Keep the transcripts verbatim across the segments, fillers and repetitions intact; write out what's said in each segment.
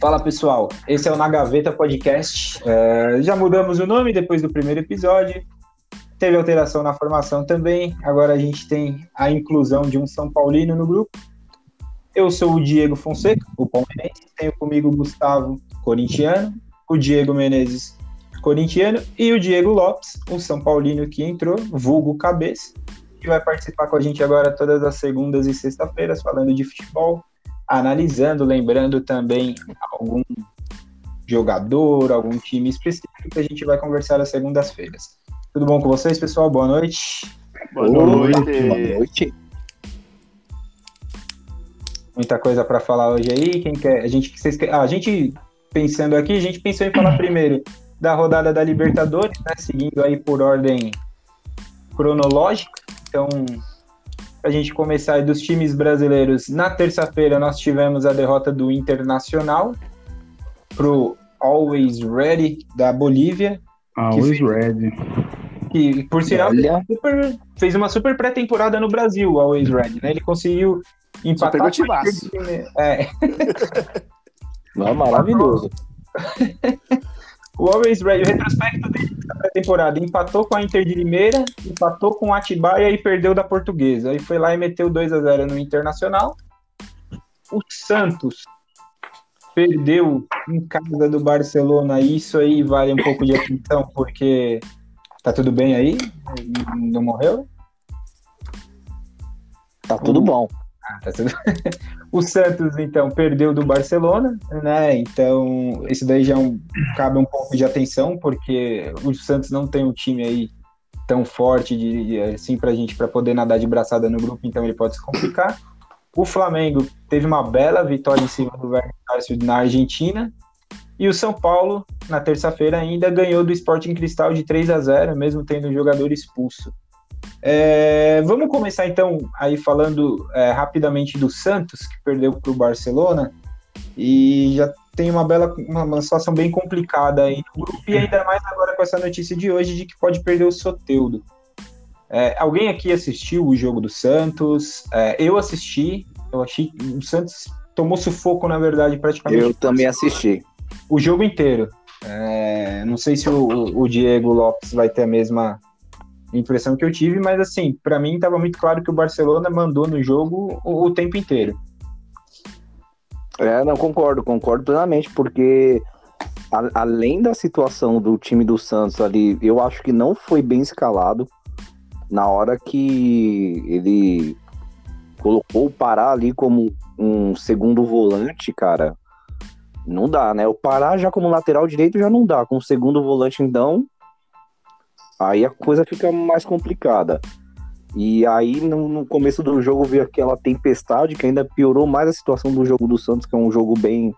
Fala pessoal, esse é o Na Gaveta Podcast. É, já mudamos o nome depois do primeiro episódio, teve alteração na formação também. Agora a gente tem a inclusão de um São Paulino no grupo. Eu sou o Diego Fonseca, o palmeirense. Tenho comigo o Gustavo, corintiano, o Diego Menezes, corintiano, e o Diego Lopes, o São Paulino que entrou, vulgo Cabeça, que vai participar com a gente agora todas as segundas e sextas-feiras, falando de futebol, analisando, lembrando também algum jogador, algum time específico que a gente vai conversar às segundas-feiras. Tudo bom com vocês, pessoal? Boa noite. Boa noite. Boa noite. Muita coisa para falar hoje aí. Quem quer? A gente, vocês quer... ah, a gente pensando aqui, a gente pensou em falar primeiro da rodada da Libertadores, né? Seguindo aí por ordem cronológica. Então, a gente começar aí dos times brasileiros, na terça-feira nós tivemos a derrota do Internacional pro Always Ready da Bolívia. Always Ready. Que, por sinal, super, fez uma super pré-temporada no Brasil, o Always Ready, né? Ele conseguiu empatar com o é. Não, maravilhoso. O Always Ready, o retrospecto dele na pré-temporada, empatou com a Inter de Limeira, empatou com o Atibaia e perdeu da Portuguesa. Aí foi lá e meteu dois a zero no Internacional. O Santos perdeu em casa do Barcelona. Isso aí vale um pouco de atenção, porque tá tudo bem aí? Não morreu? Tá tudo bom. Ah, tá tudo... O Santos, então, perdeu do Barcelona, né? Então, isso daí já é um... cabe um pouco de atenção, porque o Santos não tem um time aí tão forte de, assim pra gente, pra poder nadar de braçada no grupo, então ele pode se complicar. O Flamengo teve uma bela vitória em cima do Werder Sarsfield na Argentina, e o São Paulo, na terça-feira ainda, ganhou do Sporting Cristal de três a zero, mesmo tendo um jogador expulso. É, vamos começar então aí falando é, rapidamente do Santos, que perdeu para o Barcelona e já tem uma bela uma, uma situação bem complicada aí no grupo, e ainda mais agora com essa notícia de hoje de que pode perder o Soteldo. É, alguém aqui assistiu o jogo do Santos? É, eu assisti, eu achei que o Santos tomou sufoco, na verdade, praticamente. Eu também assisti. O jogo inteiro. É, não sei se o, o Diego Lopes vai ter a mesma impressão que eu tive, mas assim, pra mim tava muito claro que o Barcelona mandou no jogo o, o tempo inteiro. É, não, concordo, concordo plenamente, porque a, além da situação do time do Santos ali, eu acho que não foi bem escalado na hora que ele colocou o Pará ali como um segundo volante, cara, não dá, né? O Pará já como lateral direito já não dá, com o segundo volante então aí a coisa fica mais complicada. E aí, no, no começo do jogo, veio aquela tempestade que ainda piorou mais a situação do jogo do Santos, que é um jogo bem,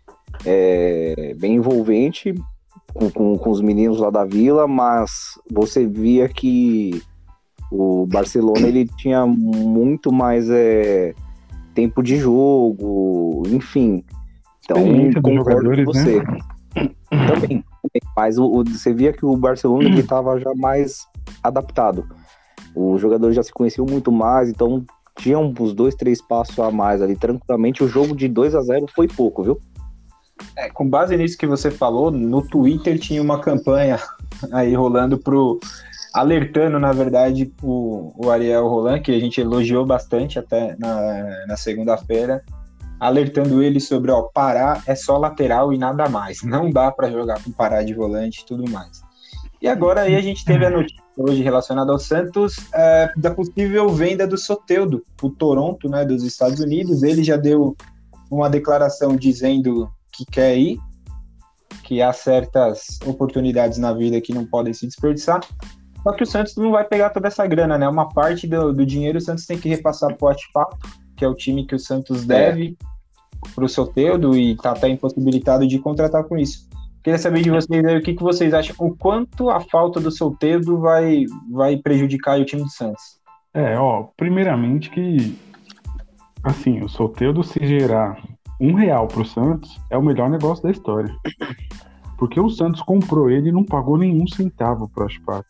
é, bem envolvente com, com, com os meninos lá da Vila, mas você via que o Barcelona ele tinha muito mais é, tempo de jogo, enfim. Então, concordo com você. Né? Também. Mas o, o, você via que o Barcelona estava já mais adaptado. Os jogadores já se conheciam muito mais, então tinham uns dois, três passos a mais ali. Tranquilamente, o jogo de dois a zero foi pouco, viu? É, com base nisso que você falou, no Twitter tinha uma campanha aí rolando pro... alertando, na verdade, o, o Ariel Roland, que a gente elogiou bastante até na, na segunda-feira, alertando ele sobre, ó, Pará é só lateral e nada mais, não dá para jogar com Pará de volante e tudo mais. E agora aí a gente teve a notícia hoje relacionada ao Santos, é, da possível venda do Soteldo, o Toronto, né, dos Estados Unidos. Ele já deu uma declaração dizendo que quer ir, que há certas oportunidades na vida que não podem se desperdiçar, só que o Santos não vai pegar toda essa grana, né, uma parte do, do dinheiro o Santos tem que repassar pro Atipato, que é o time que o Santos deve é. para o Soteldo e está até impossibilitado de contratar com isso. Queria saber de vocês aí, o que, que vocês acham, o quanto a falta do Soteldo vai, vai prejudicar o time do Santos? É, ó, primeiramente que, assim, o Soteldo se gerar um real pro Santos é o melhor negócio da história. Porque o Santos comprou ele e não pagou nenhum centavo pro Atipato.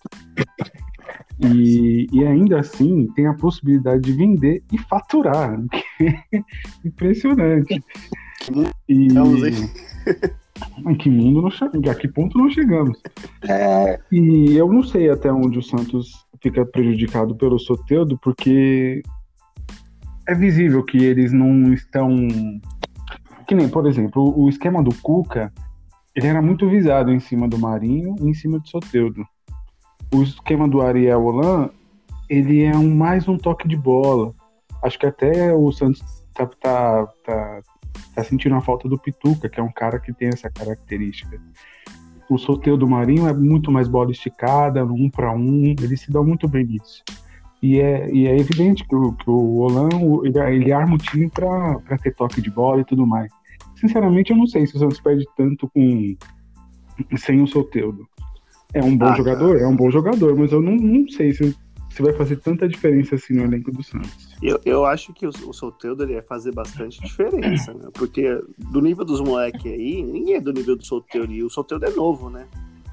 E, e ainda assim tem a possibilidade de vender e faturar. Impressionante. E... Vamos aí. Em que mundo não che... a que ponto não chegamos? É, E eu não sei até onde o Santos fica prejudicado pelo Soteldo, porque é visível que eles não estão... Que nem, por exemplo, o esquema do Cuca, ele era muito visado em cima do Marinho e em cima do Soteldo. O esquema do Ariel Holan, ele é um, mais um toque de bola. Acho que até o Santos tá, tá, tá, tá sentindo a falta do Pituca, que é um cara que tem essa característica. O Soteldo do Marinho é muito mais bola esticada, um para um, eles se dão muito bem nisso. E é, e é evidente que o, que o Holan, ele, ele arma o time para ter toque de bola e tudo mais. Sinceramente, eu não sei se o Santos perde tanto com, sem o Soteldo. É um bom Ah, jogador? cara. É um bom jogador, mas eu não, não sei se, se vai fazer tanta diferença assim no elenco do Santos. Eu, eu acho que o, o Soteldo ele vai fazer bastante diferença, né? Porque do nível dos moleques aí, ninguém é do nível do Soteldo. E o Soteldo é novo, né?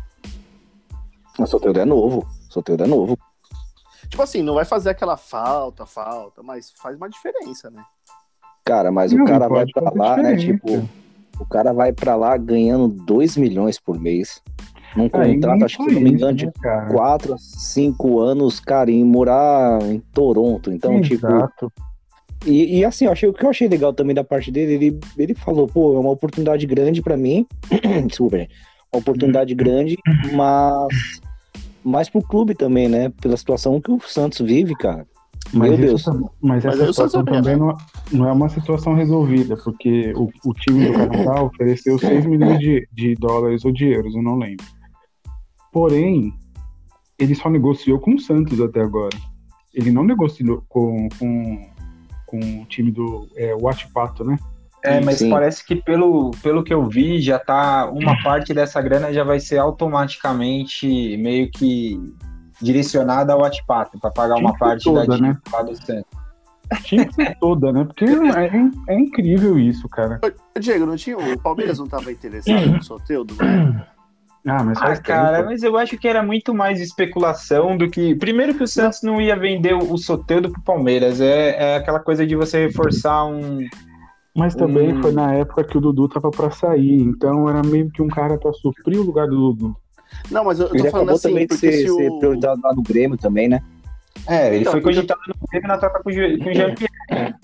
o Soteldo é novo. O Soteldo é novo. Tipo assim, não vai fazer aquela falta, falta, mas faz uma diferença, né? Cara, mas Não, o cara vai pode pra fazer lá, né? diferença. Tipo, o cara vai pra lá ganhando dois milhões por mês. Num Ah, e contrato, nem acho que só se não me isso, engano, de né, cara? quatro a cinco anos, cara, em morar em Toronto. Então, tipo. Exato. E, e assim, eu achei, o que eu achei legal também da parte dele, ele, ele falou, pô, é uma oportunidade grande pra mim. Desculpa, gente. Uma oportunidade grande, mas. Mas pro clube também, né? Pela situação que o Santos vive, cara. Mas Meu isso Deus. tam- Mas, Mas essa aí o Santos situação vai, também né? não, não é uma situação resolvida, porque o, o time do Canadá ofereceu seis milhões de, de dólares ou de euros, eu não lembro. Porém, ele só negociou com o Santos até agora. Ele não negociou com, com, com o time do é, Huachipato, né? É, mas Sim. parece que pelo, pelo que eu vi, já tá. Uma parte dessa grana já vai ser automaticamente meio que direcionada ao Atipato, para pagar Tinha uma que ser parte toda, da né? dívida lá do Santos. Tinha que ser toda, né? Porque é, é incrível isso, cara. Ô, Diego, não tinha, o Palmeiras não estava interessado no Soteldo, né? Ah, mas Ah, faz cara, tempo. mas eu acho que era muito mais especulação do que. Primeiro que o Santos não ia vender o Soteldo pro Palmeiras. É, é aquela coisa de você reforçar um. Mas também Hum. foi na época que o Dudu tava pra sair, então era meio que um cara pra suprir o lugar do Dudu. Não, mas eu, eu tô Ele falando acabou assim, também de porque ser, se ser o... prioridade lá no Grêmio também, né? É, ele Então, foi porque- cogitado no Grêmio na troca com o Jean- com o Jean-Pierre.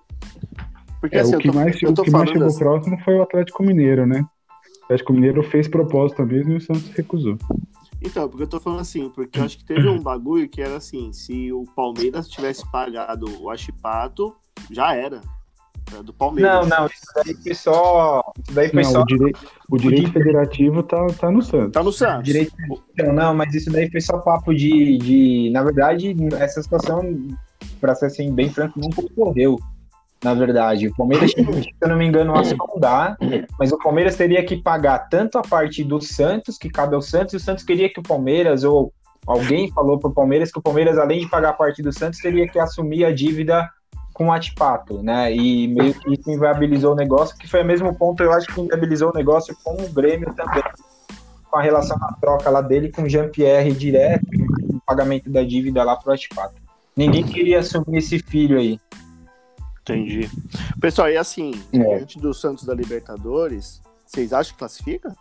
Porque É, assim, o eu que tô, mais, eu o tô que mais falando chegou assim, próximo foi o Atlético Mineiro, né? O Atlético Mineiro fez proposta mesmo e o Santos recusou. então, porque eu tô falando assim, porque eu acho que teve um bagulho que era assim, se o Palmeiras tivesse pagado o Achipato, já era. Era do Não, Palmeiras. não, isso daí foi só. Isso daí foi Não, só. o, direi- o direito de- federativo tá, tá no Santos. Tá no Santos. Direito. Então, não, mas isso daí foi só papo de. de na verdade, essa situação, para ser assim, bem franco, nunca ocorreu. Na verdade, o Palmeiras, se eu não me engano, a sondar, mas o Palmeiras teria que pagar tanto a parte do Santos, que cabe ao Santos, e o Santos queria que o Palmeiras, ou alguém falou para o Palmeiras que o Palmeiras, além de pagar a parte do Santos, teria que assumir a dívida com o Atipato, né? E meio que isso inviabilizou o negócio, que foi o mesmo ponto, eu acho que inviabilizou o negócio com o Grêmio também, com a relação da troca lá dele com o Jean-Pierre direto, o pagamento da dívida lá pro Atipato. Ninguém queria assumir esse filho aí. Entendi. Pessoal, e assim, É. antes do Santos da Libertadores, vocês acham que classifica?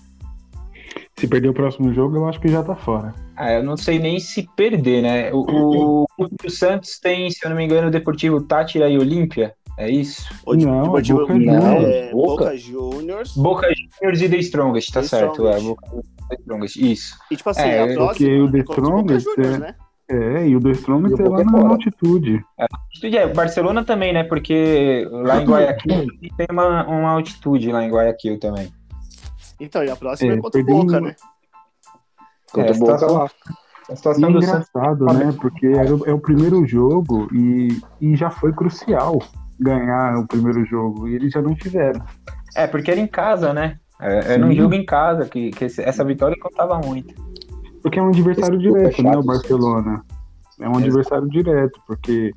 Se perder o próximo jogo, eu acho que já tá fora. Ah, eu não sei nem se perder, né? O, o, o Santos tem, se eu não me engano, o Deportivo Táchira e Olímpia, é isso? Ou de- Não, Deportivo- Boca Não, é, Boca. Boca Juniors. Boca Juniors e The Strongest, tá The certo, é, Strongest. Boca Juniors e The Strongest, isso. E tipo assim, É, a porque próxima o The é contra o Boca Strongest Juniors, é- né? É, e o The Strongest E o é lá Boca é na fora. altitude. Altitude é, Barcelona também, né? Porque lá em Guayaquil tem uma, uma altitude lá em Guayaquil também. Então, e a próxima é, É, contra o perdeu Boca, um- né? Contra É, o Boca situação- lá. A E situação é do Santos. engraçado, né? Porque era o- é o primeiro jogo e, e já foi crucial ganhar o primeiro jogo. E eles já não fizeram. É, porque era em casa, né? É, era um Sim. jogo em casa, que, que esse- essa vitória contava muito. Porque é um adversário Esse jogo é direto, né? chato, O Barcelona. É um Exato. adversário direto, porque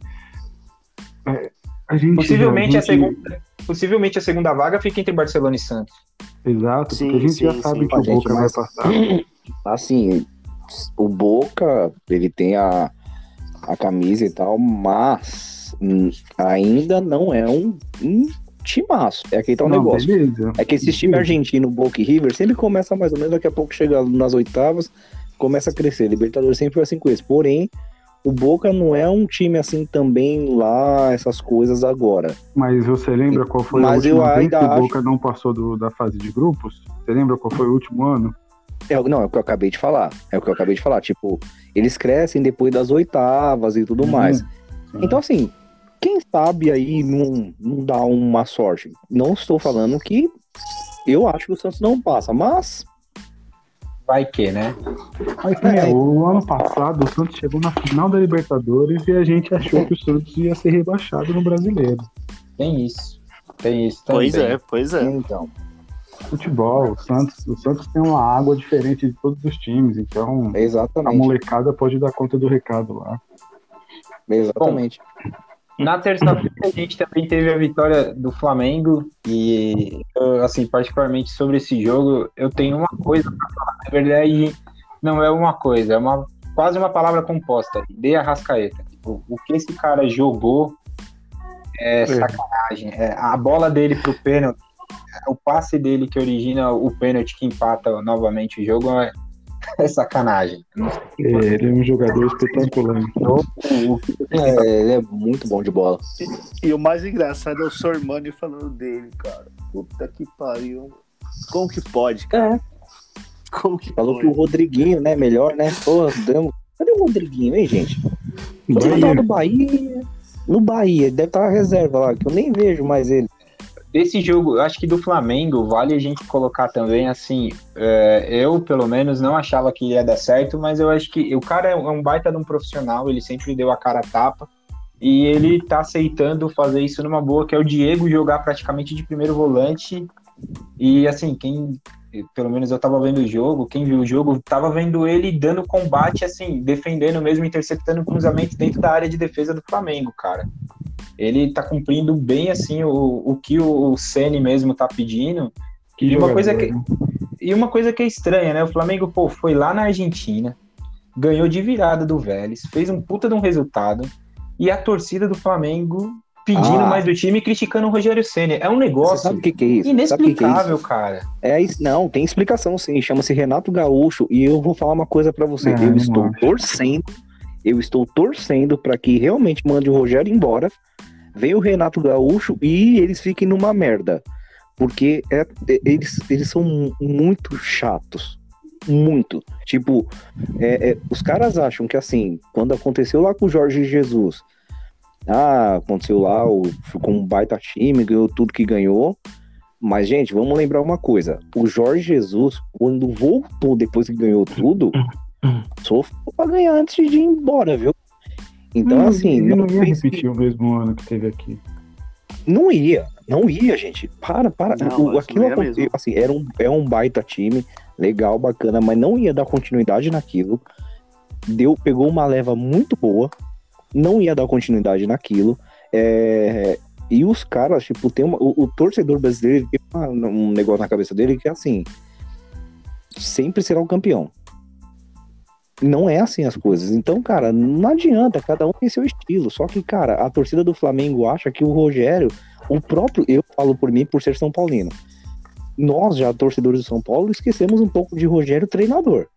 é, a gente. Possivelmente a, gente- segunda, possivelmente a segunda vaga fica entre Barcelona e Santos. Exato, Sim, porque a gente sim, já sabe sim. que A o gente Boca vai mais- passar. Assim, o Boca, ele tem a, a camisa e tal, mas hum, ainda não é um, um timaço. É aqui tá o Não, negócio. beleza. É que esses times argentinos, Boca e River, sempre começa mais ou menos, daqui a pouco chega nas oitavas, começa a crescer. Libertadores sempre foi assim com eles. Porém, o Boca não é um time assim também lá, essas coisas agora. Mas você lembra qual foi Mas a última eu vez que ainda o Boca acho- não passou do- da fase de grupos? Você lembra qual foi o último ano? É, não, é o que eu acabei de falar. É o que eu acabei de falar. Tipo, eles crescem depois das oitavas e tudo Uhum. mais. Sim. Então, assim, quem sabe aí não, não dá uma sorte. Não estou falando que eu acho que o Santos não passa, mas Vai que, né? Mas, É. meu, o ano passado o Santos chegou na final da Libertadores e a gente achou que o Santos ia ser rebaixado no Brasileiro. Tem isso. Tem isso também. Pois é, pois é. então. Futebol, o Santos, o Santos tem uma água diferente de todos os times, então a Exatamente. molecada pode dar conta do recado lá. Exatamente. Na terça-feira a gente também teve a vitória do Flamengo e, eu, assim, particularmente sobre esse jogo, eu tenho uma coisa pra falar. Na verdade, não é uma coisa, é uma, quase uma palavra composta. De Arrascaeta. Tipo, o que esse cara jogou é, É. sacanagem. É, a bola dele pro pênalti, é, o passe dele que origina o pênalti que empata novamente o jogo é, é sacanagem. Eu não sei É, ele é um jogador espetacular. o, o que É, ele é muito bom de bola. E o mais engraçado é o Sormani falando dele, cara. Puta que pariu. Como que pode, cara? É. Como que Falou pode? que o Rodriguinho, né, melhor, né? Pô, damos... Cadê o Rodriguinho, hein, gente? Ele Bahia. tava no Bahia. No Bahia, ele deve estar na reserva lá, que eu nem vejo mais ele. Desse jogo, eu acho que do Flamengo, vale a gente colocar também, assim, é, eu, pelo menos, não achava que ia dar certo, mas eu acho que o cara é um baita de um profissional, ele sempre deu a cara a tapa, e ele tá aceitando fazer isso numa boa, que é o Diego jogar praticamente de primeiro volante, e assim, quem, pelo menos eu tava vendo o jogo, quem viu o jogo, tava vendo ele dando combate, assim, defendendo mesmo, interceptando cruzamento dentro da área de defesa do Flamengo, cara. Ele tá cumprindo bem, assim, o, o que o Ceni mesmo tá pedindo. Que E uma jogador, coisa que- né? E uma coisa que é estranha, né? O Flamengo, pô, foi lá na Argentina, ganhou de virada do Vélez, fez um puta de um resultado, e a torcida do Flamengo pedindo Ah. mais do time e criticando o Rogério Ceni. É um Você negócio sabe o que, que é isso? Sabe o que, que é inexplicável, isso? cara. É isso? Não, tem explicação sim. Chama-se Renato Gaúcho. E eu vou falar uma coisa pra você. Ah, eu não estou acho. torcendo. Eu estou torcendo pra que realmente mande o Rogério embora. Venha o Renato Gaúcho e eles fiquem numa merda. Porque é, é- eles, eles são mu- muito chatos. Muito. Tipo, é, é, os caras acham que assim, quando aconteceu lá com o Jorge Jesus, ah, aconteceu lá, o, ficou um baita time, ganhou tudo que ganhou. Mas, gente, vamos lembrar uma coisa. O Jorge Jesus, quando voltou depois que ganhou tudo, sofreu pra ganhar antes de ir embora, viu? Então, Hum, assim, ele não, não, ia pense- repetir o mesmo ano que teve aqui. não ia, não ia, gente. Para, para. Não, O- mas aquilo não ia aconte- mesmo. assim, era um, é um baita time, legal, bacana, mas não ia dar continuidade naquilo. Deu, pegou uma leva muito boa, não ia dar continuidade naquilo. É, e os caras, tipo, tem uma, o, o torcedor brasileiro tem uma- um negócio na cabeça dele que é assim: sempre será o campeão. Não é assim as coisas. Então, cara, não adianta, cada um tem seu estilo. Só que, cara, a torcida do Flamengo acha que o Rogério, o próprio, eu falo por mim por ser São Paulino. Nós, já torcedores do São Paulo, esquecemos um pouco de Rogério treinador.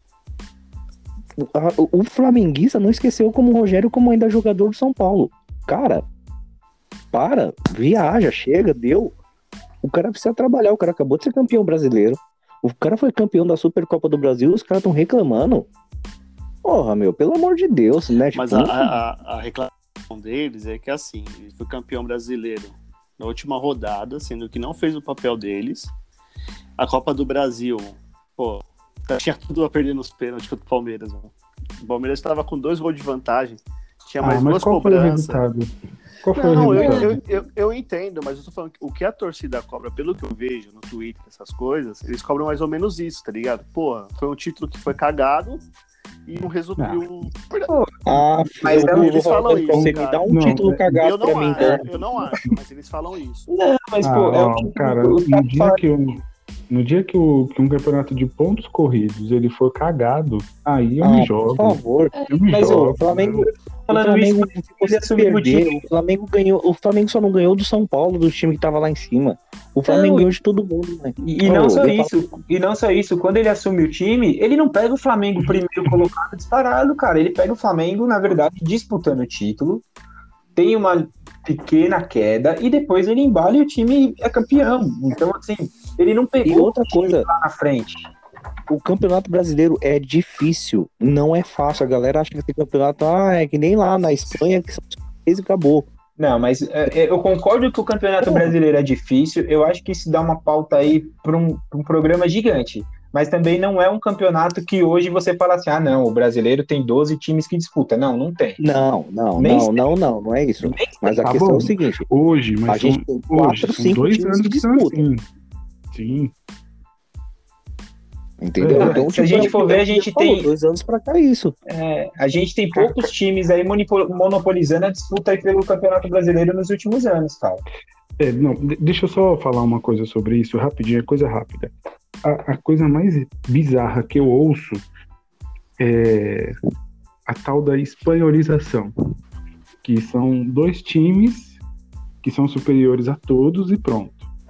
O, a- o flamenguista não esqueceu como o Rogério como ainda jogador do São Paulo. Cara, para, viaja, chega, deu. O cara precisa trabalhar, o cara acabou de ser campeão brasileiro. O cara foi campeão da Supercopa do Brasil e os caras estão reclamando. Porra, meu, pelo amor de Deus, né? Mas Tipo, a, a, a reclamação deles é que assim, ele foi campeão brasileiro na última rodada, sendo que não fez o papel deles. A Copa do Brasil, pô, tinha tudo a perder nos pênaltis contra o Palmeiras. Mano. O Palmeiras estava com dois gols de vantagem, tinha mais Ah, mas duas qual foi o cobranças. resultado? Qual foi Não, o eu, resultado? eu, eu, eu entendo, mas eu tô falando que o que a torcida cobra, pelo que eu vejo no Twitter, essas coisas, eles cobram mais ou menos isso, tá ligado? Porra, foi um título que foi cagado e um resultado. Ah. ah, Mas eu é- vou eles falar falam pra você, isso, me cara. dá um Não, título é- cagado Eu pra não, mim, acho, então. eu não acho, mas eles falam isso. Não, mas, Ah, pô, é ó, o que cara, os no caras dia falam. que, eu, no dia que, o, que um campeonato de pontos corridos ele for cagado, aí eu Ah, me por jogo. favor. Eu me Mas jogo. o Flamengo, falando Flamengo isso, ficou ele se assumiu o perder. time. O Flamengo ganhou. O Flamengo só não ganhou do São Paulo, do time que tava lá em cima. O Flamengo Não, ganhou de todo mundo, né? E, e não Ô, só eu isso, e não só isso, quando ele assume o time, ele não pega o Flamengo primeiro colocado disparado, cara. Ele pega o Flamengo, na verdade, disputando o título, tem uma pequena queda e depois ele embala e o time é campeão. Então, assim, ele não pegou E outra o time coisa, lá na frente. o Campeonato Brasileiro é difícil, não é fácil. A galera acha que esse campeonato ah, é que nem lá na Espanha, que são seis e acabou. Não, mas é, eu concordo que o Campeonato Porra. Brasileiro é difícil. Eu acho que isso dá uma pauta aí para um, pra um programa gigante. Mas também não é um campeonato que hoje você fala assim, ah, não, o brasileiro tem doze times que disputam. Não, não tem. Não, não, Nem não, não, não, não é isso. Mas a Tá questão bom. é o seguinte: Hoje, mas a gente são, tem hoje, quatro, são cinco dois times anos que que são disputam. assim. Sim. Entendeu? É, Então, se a tipo, gente é o for que ver, a o gente Diego falou, tem- dois anos pra cá isso. É, a gente tem poucos times aí monipo- monopolizando a disputa aí pelo Campeonato Brasileiro nos últimos anos, cara. É, não, de- deixa eu só falar uma coisa sobre isso, rapidinho, é coisa rápida. A, a coisa mais bizarra que eu ouço é a tal da espanholização, que são dois times que são superiores a todos e pronto.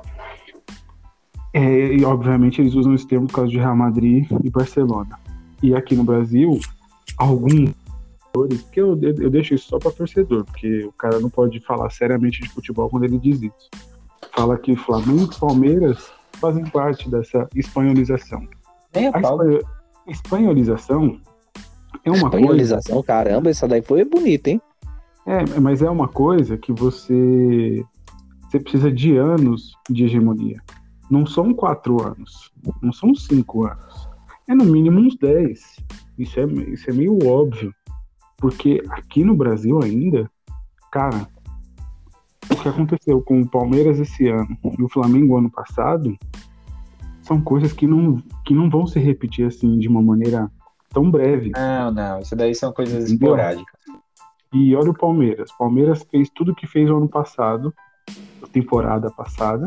É, e obviamente eles usam esse termo por causa de Real Madrid e Barcelona. E aqui no Brasil, alguns torcedores, que eu, eu deixo isso só para torcedor, porque o cara não pode falar seriamente de futebol quando ele diz isso. Fala que Flamengo e Palmeiras fazem parte dessa espanholização. Nem a A pau. espanho- espanholização é uma coisa, Espanholização, caramba, essa daí foi bonita, hein? é, mas é uma coisa que você, você precisa de anos de hegemonia. Não são quatro anos, não são cinco anos. É no mínimo uns dez. Isso é, isso é meio óbvio. Porque aqui no Brasil ainda, cara, o que aconteceu com o Palmeiras esse ano e o Flamengo ano passado são coisas que não, que não vão se repetir assim de uma maneira tão breve. Não, não, isso daí são coisas Entendeu? esporádicas. E olha o Palmeiras. O Palmeiras fez tudo o que fez o ano passado, a temporada passada.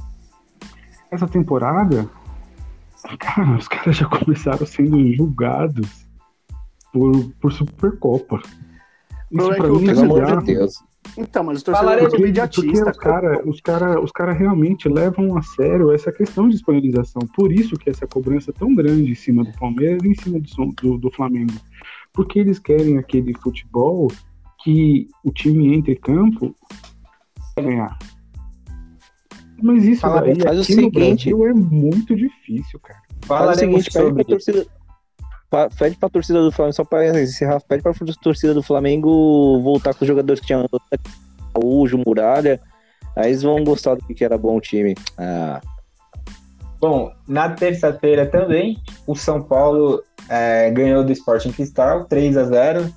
Essa temporada, cara, os caras já começaram sendo julgados por, por Supercopa. Isso problema é pra que o mim é Pelo amor bizarro. de Deus. Então, mas o Falarei torcedor é Porque, muito porque imediatista, os caras os cara, os cara realmente levam a sério essa questão de espanholização. Por isso que essa cobrança é tão grande em cima do Palmeiras e em cima do, São- do, do Flamengo. Porque eles querem aquele futebol que o time entra em campo vai ganhar. Mas isso Fala, daí faz o aqui no seguinte. Brasil é muito difícil, cara. Faz o Falaremos seguinte, pede sobre pra torcida. pa- Pede pra torcida do Flamengo, só pra encerrar, pede pra torcida do Flamengo voltar com os jogadores que tinham Araújo, Muralha. Aí eles vão gostar do que era bom o time. Ah, Bom, na terça-feira também, o São Paulo é, ganhou do Sporting Cristal, três a zero.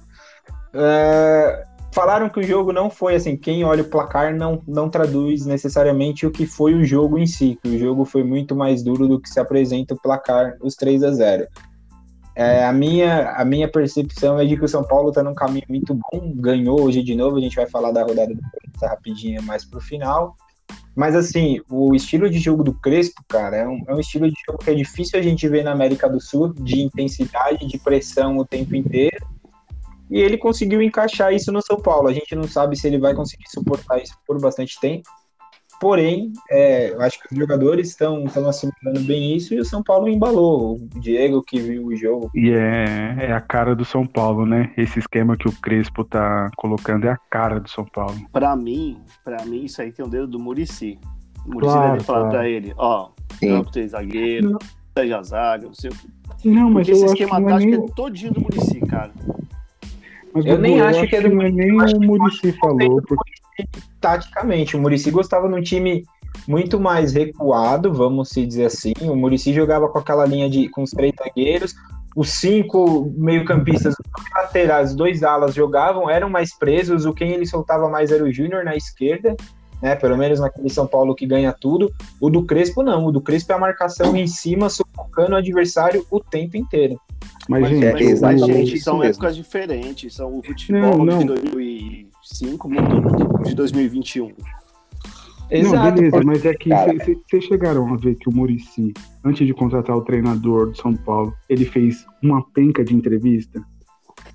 É, falaram que o jogo não foi assim, quem olha o placar não, não traduz necessariamente o que foi o jogo em si, que o jogo foi muito mais duro do que se apresenta o placar, os três a zero. É, a, minha, a minha percepção é de que o São Paulo está num caminho muito bom, ganhou hoje de novo, a gente vai falar da rodada do Corinthians rapidinho mais pro final. Mas assim, o estilo de jogo do Crespo, cara, é um, é um estilo de jogo que é difícil a gente ver na América do Sul, de intensidade, de pressão o tempo inteiro. E ele conseguiu encaixar isso no São Paulo. A gente não sabe se ele vai conseguir suportar isso por bastante tempo. Porém, é, eu acho que os jogadores estão assimilando bem isso e o São Paulo embalou. O Diego, que viu o jogo. E é, é a cara do São Paulo, né? Esse esquema que o Crespo tá colocando é a cara do São Paulo. Pra mim, pra mim, isso aí tem o dedo do Muricy. O Muricy Claro, deve falar claro. pra ele, ó, Sim. não tem zagueiro, Não. seja a zaga, não sei o que. Não, mas Porque eu esse acho que esquema não é tático nem... é todinho do Muricy, cara. Mas, Eu Gugu, nem acho que é do não é nem acho o que- Muricy falou, porque Taticamente, o Muricy gostava de um time muito mais recuado, vamos se dizer assim. O Muricy jogava com aquela linha de com os três zagueiros, os cinco meio-campistas, os dois laterais, os dois alas jogavam, eram mais presos. O quem ele soltava mais era o Júnior na esquerda, né? Pelo menos naquele São Paulo que ganha tudo. O do Crespo não, o do Crespo é a marcação em cima, sufocando o adversário o tempo inteiro. Mas, Mas, gente, é mas, o- exatamente mas, gente, isso são mesmo. épocas diferentes. São o futebol Não, não. de dois mil e cinco mudou de dois mil e vinte e um. Não, beleza, mas é que Cara. vocês chegaram a ver que o Muricy, antes de contratar o treinador do São Paulo, ele fez uma penca de entrevista.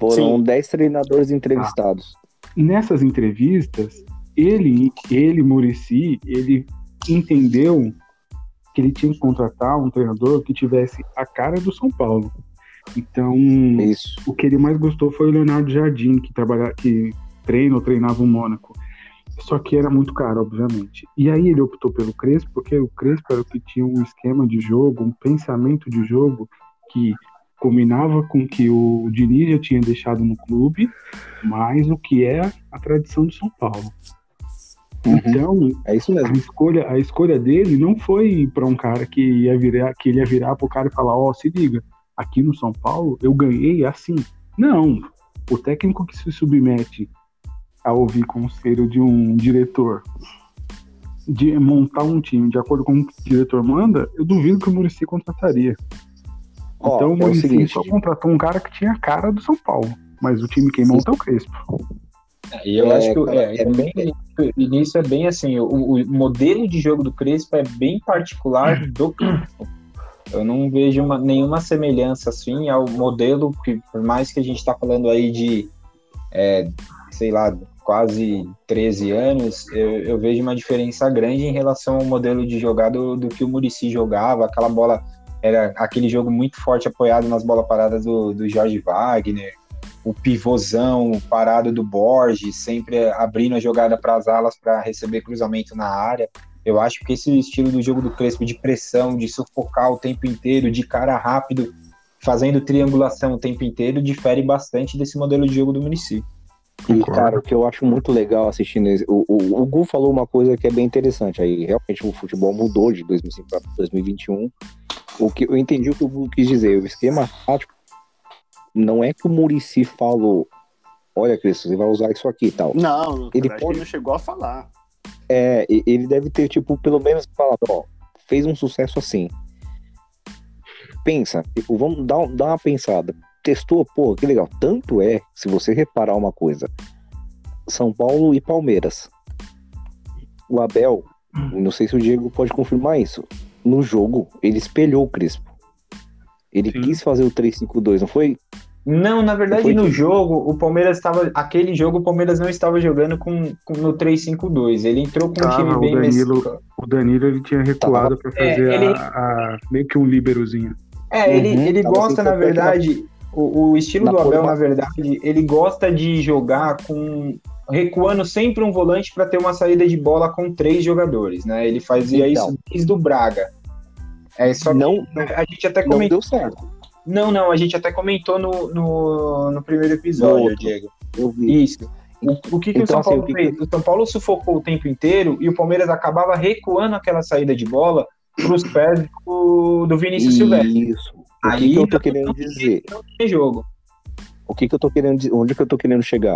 Foram dez treinadores entrevistados. Nessas entrevistas, ele, ele, Muricy, ele entendeu que ele tinha que contratar um treinador que tivesse a cara do São Paulo. Então, Isso. o que ele mais gostou foi o Leonardo Jardim, que, trabalha, que treina ou treinava o Mônaco. Só que era muito caro, obviamente. E aí ele optou pelo Crespo, porque o Crespo era o que tinha um esquema de jogo, um pensamento de jogo que combinava com o que o Diniz já tinha deixado no clube, mais o que é a tradição do São Paulo. Uhum. Então, é isso mesmo. A escolha, a escolha dele não foi para um cara que ia virar, que ele ia virar pro cara e falar, ó, oh, se liga, aqui no São Paulo eu ganhei assim. Não, o técnico que se submete a ouvir conselho de um diretor, de montar um time de acordo com o que o diretor manda, eu duvido que o Muricy contrataria. Ó, então o é o Muricy seguinte, só contratou um cara que tinha a cara do São Paulo, mas o time quem monta é o Crespo. E eu É, acho que cara, é, é bem, nisso é bem assim, o, o modelo de jogo do Crespo é bem particular do Crespo. Eu não vejo uma, nenhuma semelhança assim ao modelo que, por mais que a gente está falando aí de, é, sei lá, quase treze anos, eu, eu vejo uma diferença grande em relação ao modelo de jogar do, do que o Muricy jogava. Aquela bola, era aquele jogo muito forte apoiado nas bolas paradas do, do Jorge Wagner, o pivôzão parado do Borges, sempre abrindo a jogada para as alas para receber cruzamento na área. Eu acho que esse estilo do jogo do Crespo, de pressão, de sufocar o tempo inteiro, de cara rápido, fazendo triangulação o tempo inteiro, difere bastante desse modelo de jogo do Muricy. E, cara, o que eu acho muito legal assistindo esse, o, o, o Gu falou uma coisa que é bem interessante aí. Realmente o futebol mudou de dois mil e cinco para dois mil e vinte e um. O que eu entendi o que o Gu quis dizer. O esquema tático não é que o Muricy falou, olha, Cris, você vai usar isso aqui e tal. Não, ele pode... pode... não chegou a falar. É, ele deve ter, tipo, pelo menos falado, ó, fez um sucesso assim. Pensa, tipo, vamos dar, dar uma pensada. Testou, pô, que legal. Tanto é, se você reparar uma coisa, São Paulo e Palmeiras. O Abel, não sei se o Diego pode confirmar isso, no jogo, ele espelhou o Crespo. Ele Sim. quis fazer o três cinco dois, não foi? Não, na verdade, no que... jogo, o Palmeiras estava. Aquele jogo, o Palmeiras não estava jogando com, com, no três cinco dois. Ele entrou com Tava, um time bem o Danilo, o Danilo ele tinha recuado para fazer é, ele... a, a, meio que um líberozinho. É, uhum, ele, ele gosta, na verdade. O, o estilo do Abel, na verdade, ele gosta de jogar com. Recuando sempre um volante para ter uma saída de bola com três jogadores, né? Ele fazia então, isso desde o Braga. É, só que não, a gente até comentou. Não deu certo. Não, não, a gente até comentou no, no, no primeiro episódio, no Diego. Eu vi. Isso. O, o que, que então, o São Paulo assim, fez? Que... O São Paulo sufocou o tempo inteiro e o Palmeiras acabava recuando aquela saída de bola para os pés do, do Vinícius Silvestre. Isso. O Aí, que, que eu tô querendo não dizer? Não tem jogo. O que, que eu tô querendo dizer? Onde que eu tô querendo chegar?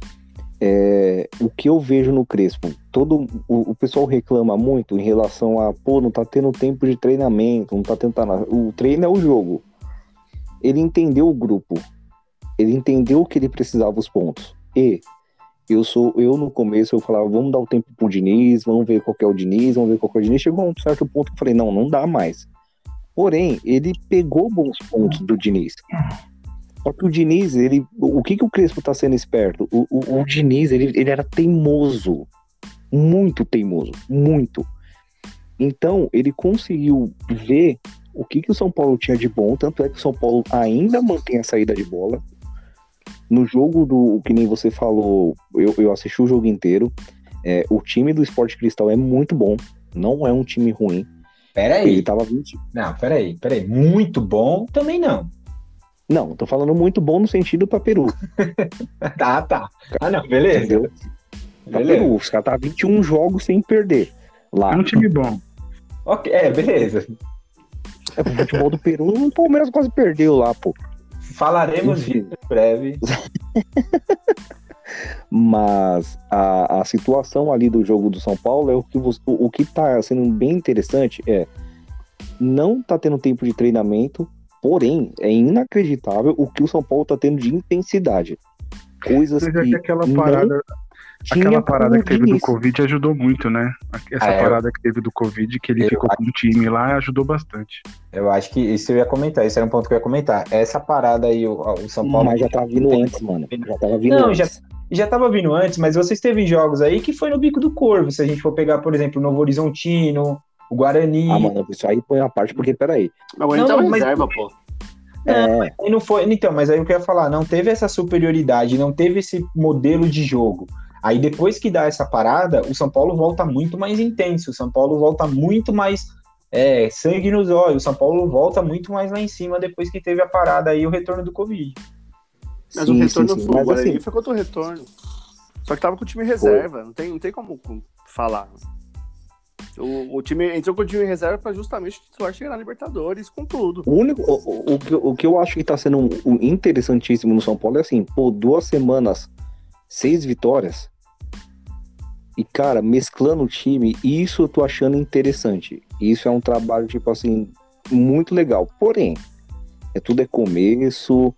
É, o que eu vejo no Crespo, todo o, o pessoal reclama muito em relação a, pô, não tá tendo tempo de treinamento, não tá tentando. O treino é o jogo. Ele entendeu o grupo, ele entendeu que ele precisava os pontos. E eu sou, eu no começo eu falava, vamos dar o tempo pro Diniz, vamos ver qual que é o Diniz, vamos ver qual que é o Diniz. Chegou a um certo ponto que eu falei, não, não dá mais. Porém, ele pegou bons pontos do Diniz. Só que o Diniz, ele, o que que o Crespo tá sendo esperto? O, o, o Diniz, ele, ele era teimoso, muito teimoso, muito. Então, ele conseguiu ver o que que o São Paulo tinha de bom, tanto é que o São Paulo ainda mantém a saída de bola. No jogo do, que nem você falou, eu, eu assisti o jogo inteiro, é, o time do Sport Cristal é muito bom, não é um time ruim. Peraí. Ele tava vinte... Não, peraí, peraí. Muito bom também não. Não, tô falando muito bom no sentido pra Peru. tá, tá. Ah, não, beleza. Entendeu? Pra beleza. Peru, os caras tá vinte e um jogos sem perder. Lá. É um time bom. Ok, é, beleza. É, pro futebol do Peru, o Palmeiras quase perdeu lá, pô. Falaremos disso em breve. Mas a, a situação ali do jogo do São Paulo é o que, você, o, o que tá sendo bem interessante é não tá tendo tempo de treinamento, porém é inacreditável o que o São Paulo tá tendo de intensidade. Coisas Seja que, que aquela parada, Aquela parada que teve do Diniz. Covid ajudou muito, né? Essa Ah, é. parada que teve do Covid, que ele Eu ficou com o time lá, ajudou bastante. Eu acho que isso eu ia comentar, esse era um ponto que eu ia comentar. Essa parada aí, o, o São Paulo. Mas já tava vindo antes, mano. Já tava vindo Não, antes. Já tava vindo antes, mas vocês teve jogos aí que foi no bico do corvo. Se a gente for pegar, por exemplo, o Novo Horizontino, o Guarani. Ah, mano, isso aí põe a parte, porque, peraí. Mas o Guarani Não, tava mas- reserva, pô. É, E não foi, então, mas aí eu queria falar, não teve essa superioridade, não teve esse modelo de jogo. Aí depois que dá essa parada, o São Paulo volta muito mais intenso, o São Paulo volta muito mais é, sangue nos olhos, o São Paulo volta muito mais lá em cima depois que teve a parada aí, o retorno do Covid. Mas sim, o retorno sim, sim. foi, o Mas Guarani assim, foi contra o retorno. Só que tava com o time reserva, não tem, não tem como falar. O, o time entrou com o time reserva pra justamente o titular chegar na Libertadores com tudo. o único, o, o, o que- o que eu acho que tá sendo um- um interessantíssimo no São Paulo é assim, pô, duas semanas, seis vitórias. E, cara, mesclando o time, isso eu tô achando interessante. Isso é um trabalho, tipo assim, muito legal. Porém, é, tudo é começo,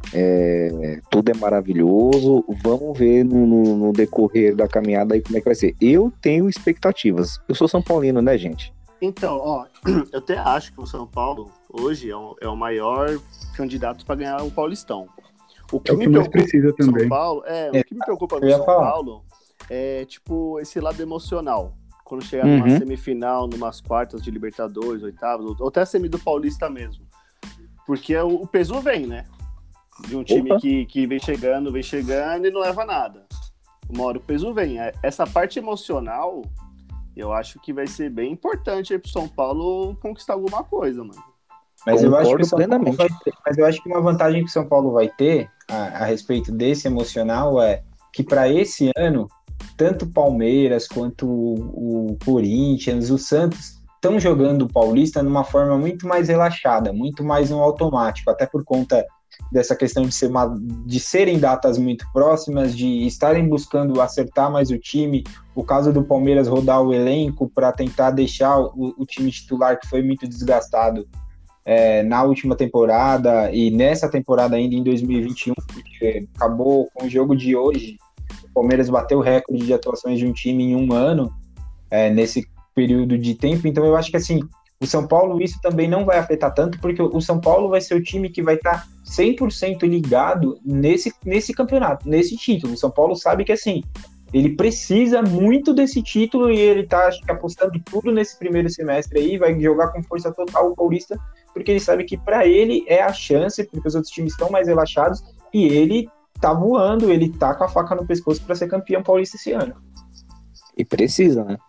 é, tudo é maravilhoso. Vamos ver no, no- no decorrer da caminhada aí como é que vai ser. Eu tenho expectativas. Eu sou São Paulino, né, gente? Então, ó, eu até acho que o São Paulo hoje é o, é o maior candidato para ganhar o Paulistão. O que É o me que mais preocupa precisa no São também. Paulo, é, É, o que me preocupa eu no ia São falar. Paulo é tipo esse lado emocional. Quando chegar Uhum. numa semifinal, numas quartas de Libertadores, oitavas, ou até a semi do Paulista mesmo. Porque o, o peso vem, né? De um time Opa. que, que vem chegando, vem chegando e não leva nada. Uma hora o peso vem. É, essa parte emocional, eu acho que vai ser bem importante aí pro São Paulo conquistar alguma coisa, mano. Mas eu, acho que Concordo o São Paulo plenamente. vai ter, mas eu acho que uma vantagem que o São Paulo vai ter a, a respeito desse emocional é que para esse ano, tanto o Palmeiras quanto o, o Corinthians, o Santos estão jogando o Paulista numa forma muito mais relaxada, muito mais no automático, até por conta dessa questão de, ser uma, de serem datas muito próximas, de estarem buscando acertar mais o time. O caso do Palmeiras rodar o elenco para tentar deixar o, o time titular, que foi muito desgastado, É, na última temporada e nessa temporada ainda em dois mil e vinte e um, porque acabou com o jogo de hoje, o Palmeiras bateu o recorde de atuações de um time em um ano, é, nesse período de tempo. Então eu acho que assim, o São Paulo isso também não vai afetar tanto, porque o São Paulo vai ser o time que vai estar cem por cento ligado nesse, nesse campeonato, nesse título. O São Paulo sabe que assim, ele precisa muito desse título e ele tá, acho que, apostando tudo nesse primeiro semestre aí, vai jogar com força total o Paulista, porque ele sabe que para ele é a chance, porque os outros times estão mais relaxados e ele tá voando, ele tá com a faca no pescoço para ser campeão paulista esse ano. E precisa, né?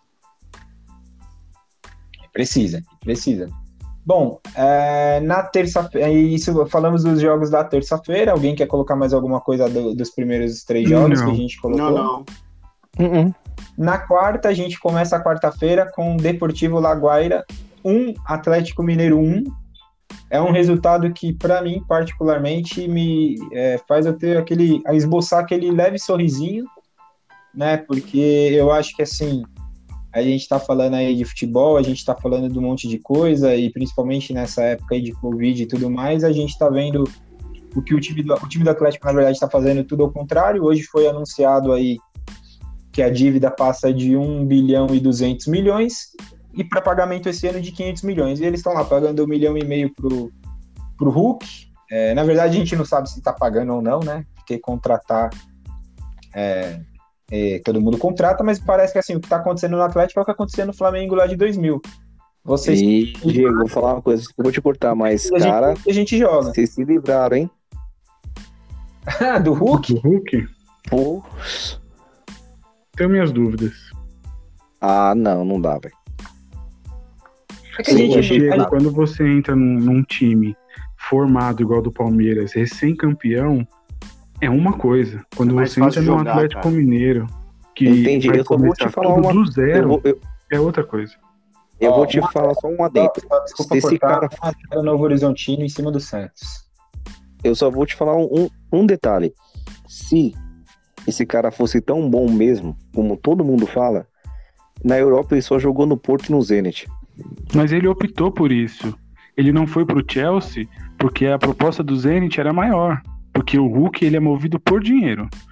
Precisa, precisa. Bom, é, na terça-feira, isso falamos dos jogos da terça-feira. Alguém quer colocar mais alguma coisa do- dos primeiros três jogos Não. que a gente colocou? Não, não. Uhum. Na quarta, a gente começa a quarta-feira com Deportivo Laguaira um, Atlético Mineiro um. É um resultado que, para mim, particularmente, me é, faz eu ter aquele, a esboçar aquele leve sorrisinho, né? Porque eu acho que, assim, a gente tá falando aí de futebol, a gente tá falando de um monte de coisa, e principalmente nessa época aí de Covid e tudo mais, a gente tá vendo o que o time do, o time do Atlético, na verdade, está fazendo tudo ao contrário. Hoje foi anunciado aí que a dívida passa de um bilhão e duzentos milhões e para pagamento esse ano de quinhentos milhões. E eles estão lá pagando um milhão e meio pro, pro Hulk. É, na verdade, a gente não sabe se está pagando ou não, né? Porque contratar, é, é, todo mundo contrata, mas parece que assim, o que está acontecendo no Atlético é o que aconteceu no Flamengo lá de dois mil. Vocês, E, Diego, vou falar uma coisa, eu vou te cortar, mas, a, cara, gente, a gente joga. vocês se livraram, hein? Do Hulk? Do Hulk, Pô. tenho minhas dúvidas. Ah, não, não dá, velho. É que a Sim, gente, eu achei- a Diego, gente- quando você entra num, num time formado igual do Palmeiras, recém-campeão, é uma coisa. Quando É mais você entra fácil no jogar, Atlético cara. Mineiro, que Entendi, vai eu só vou te começar falar tudo uma- do Eu zero, vou, eu, é outra coisa. eu Ó, vou te uma- falar só um adendo. Só- Desculpa Se esse cortar, cara- um a zero Novo Horizontino em cima do Santos. Eu só vou te falar um, um, um detalhe. Se esse cara fosse tão bom mesmo, como todo mundo fala, na Europa ele só jogou no Porto e no Zenit. Mas ele optou por isso. Ele não foi pro Chelsea porque a proposta do Zenit era maior. Porque o Hulk ele é movido por dinheiro.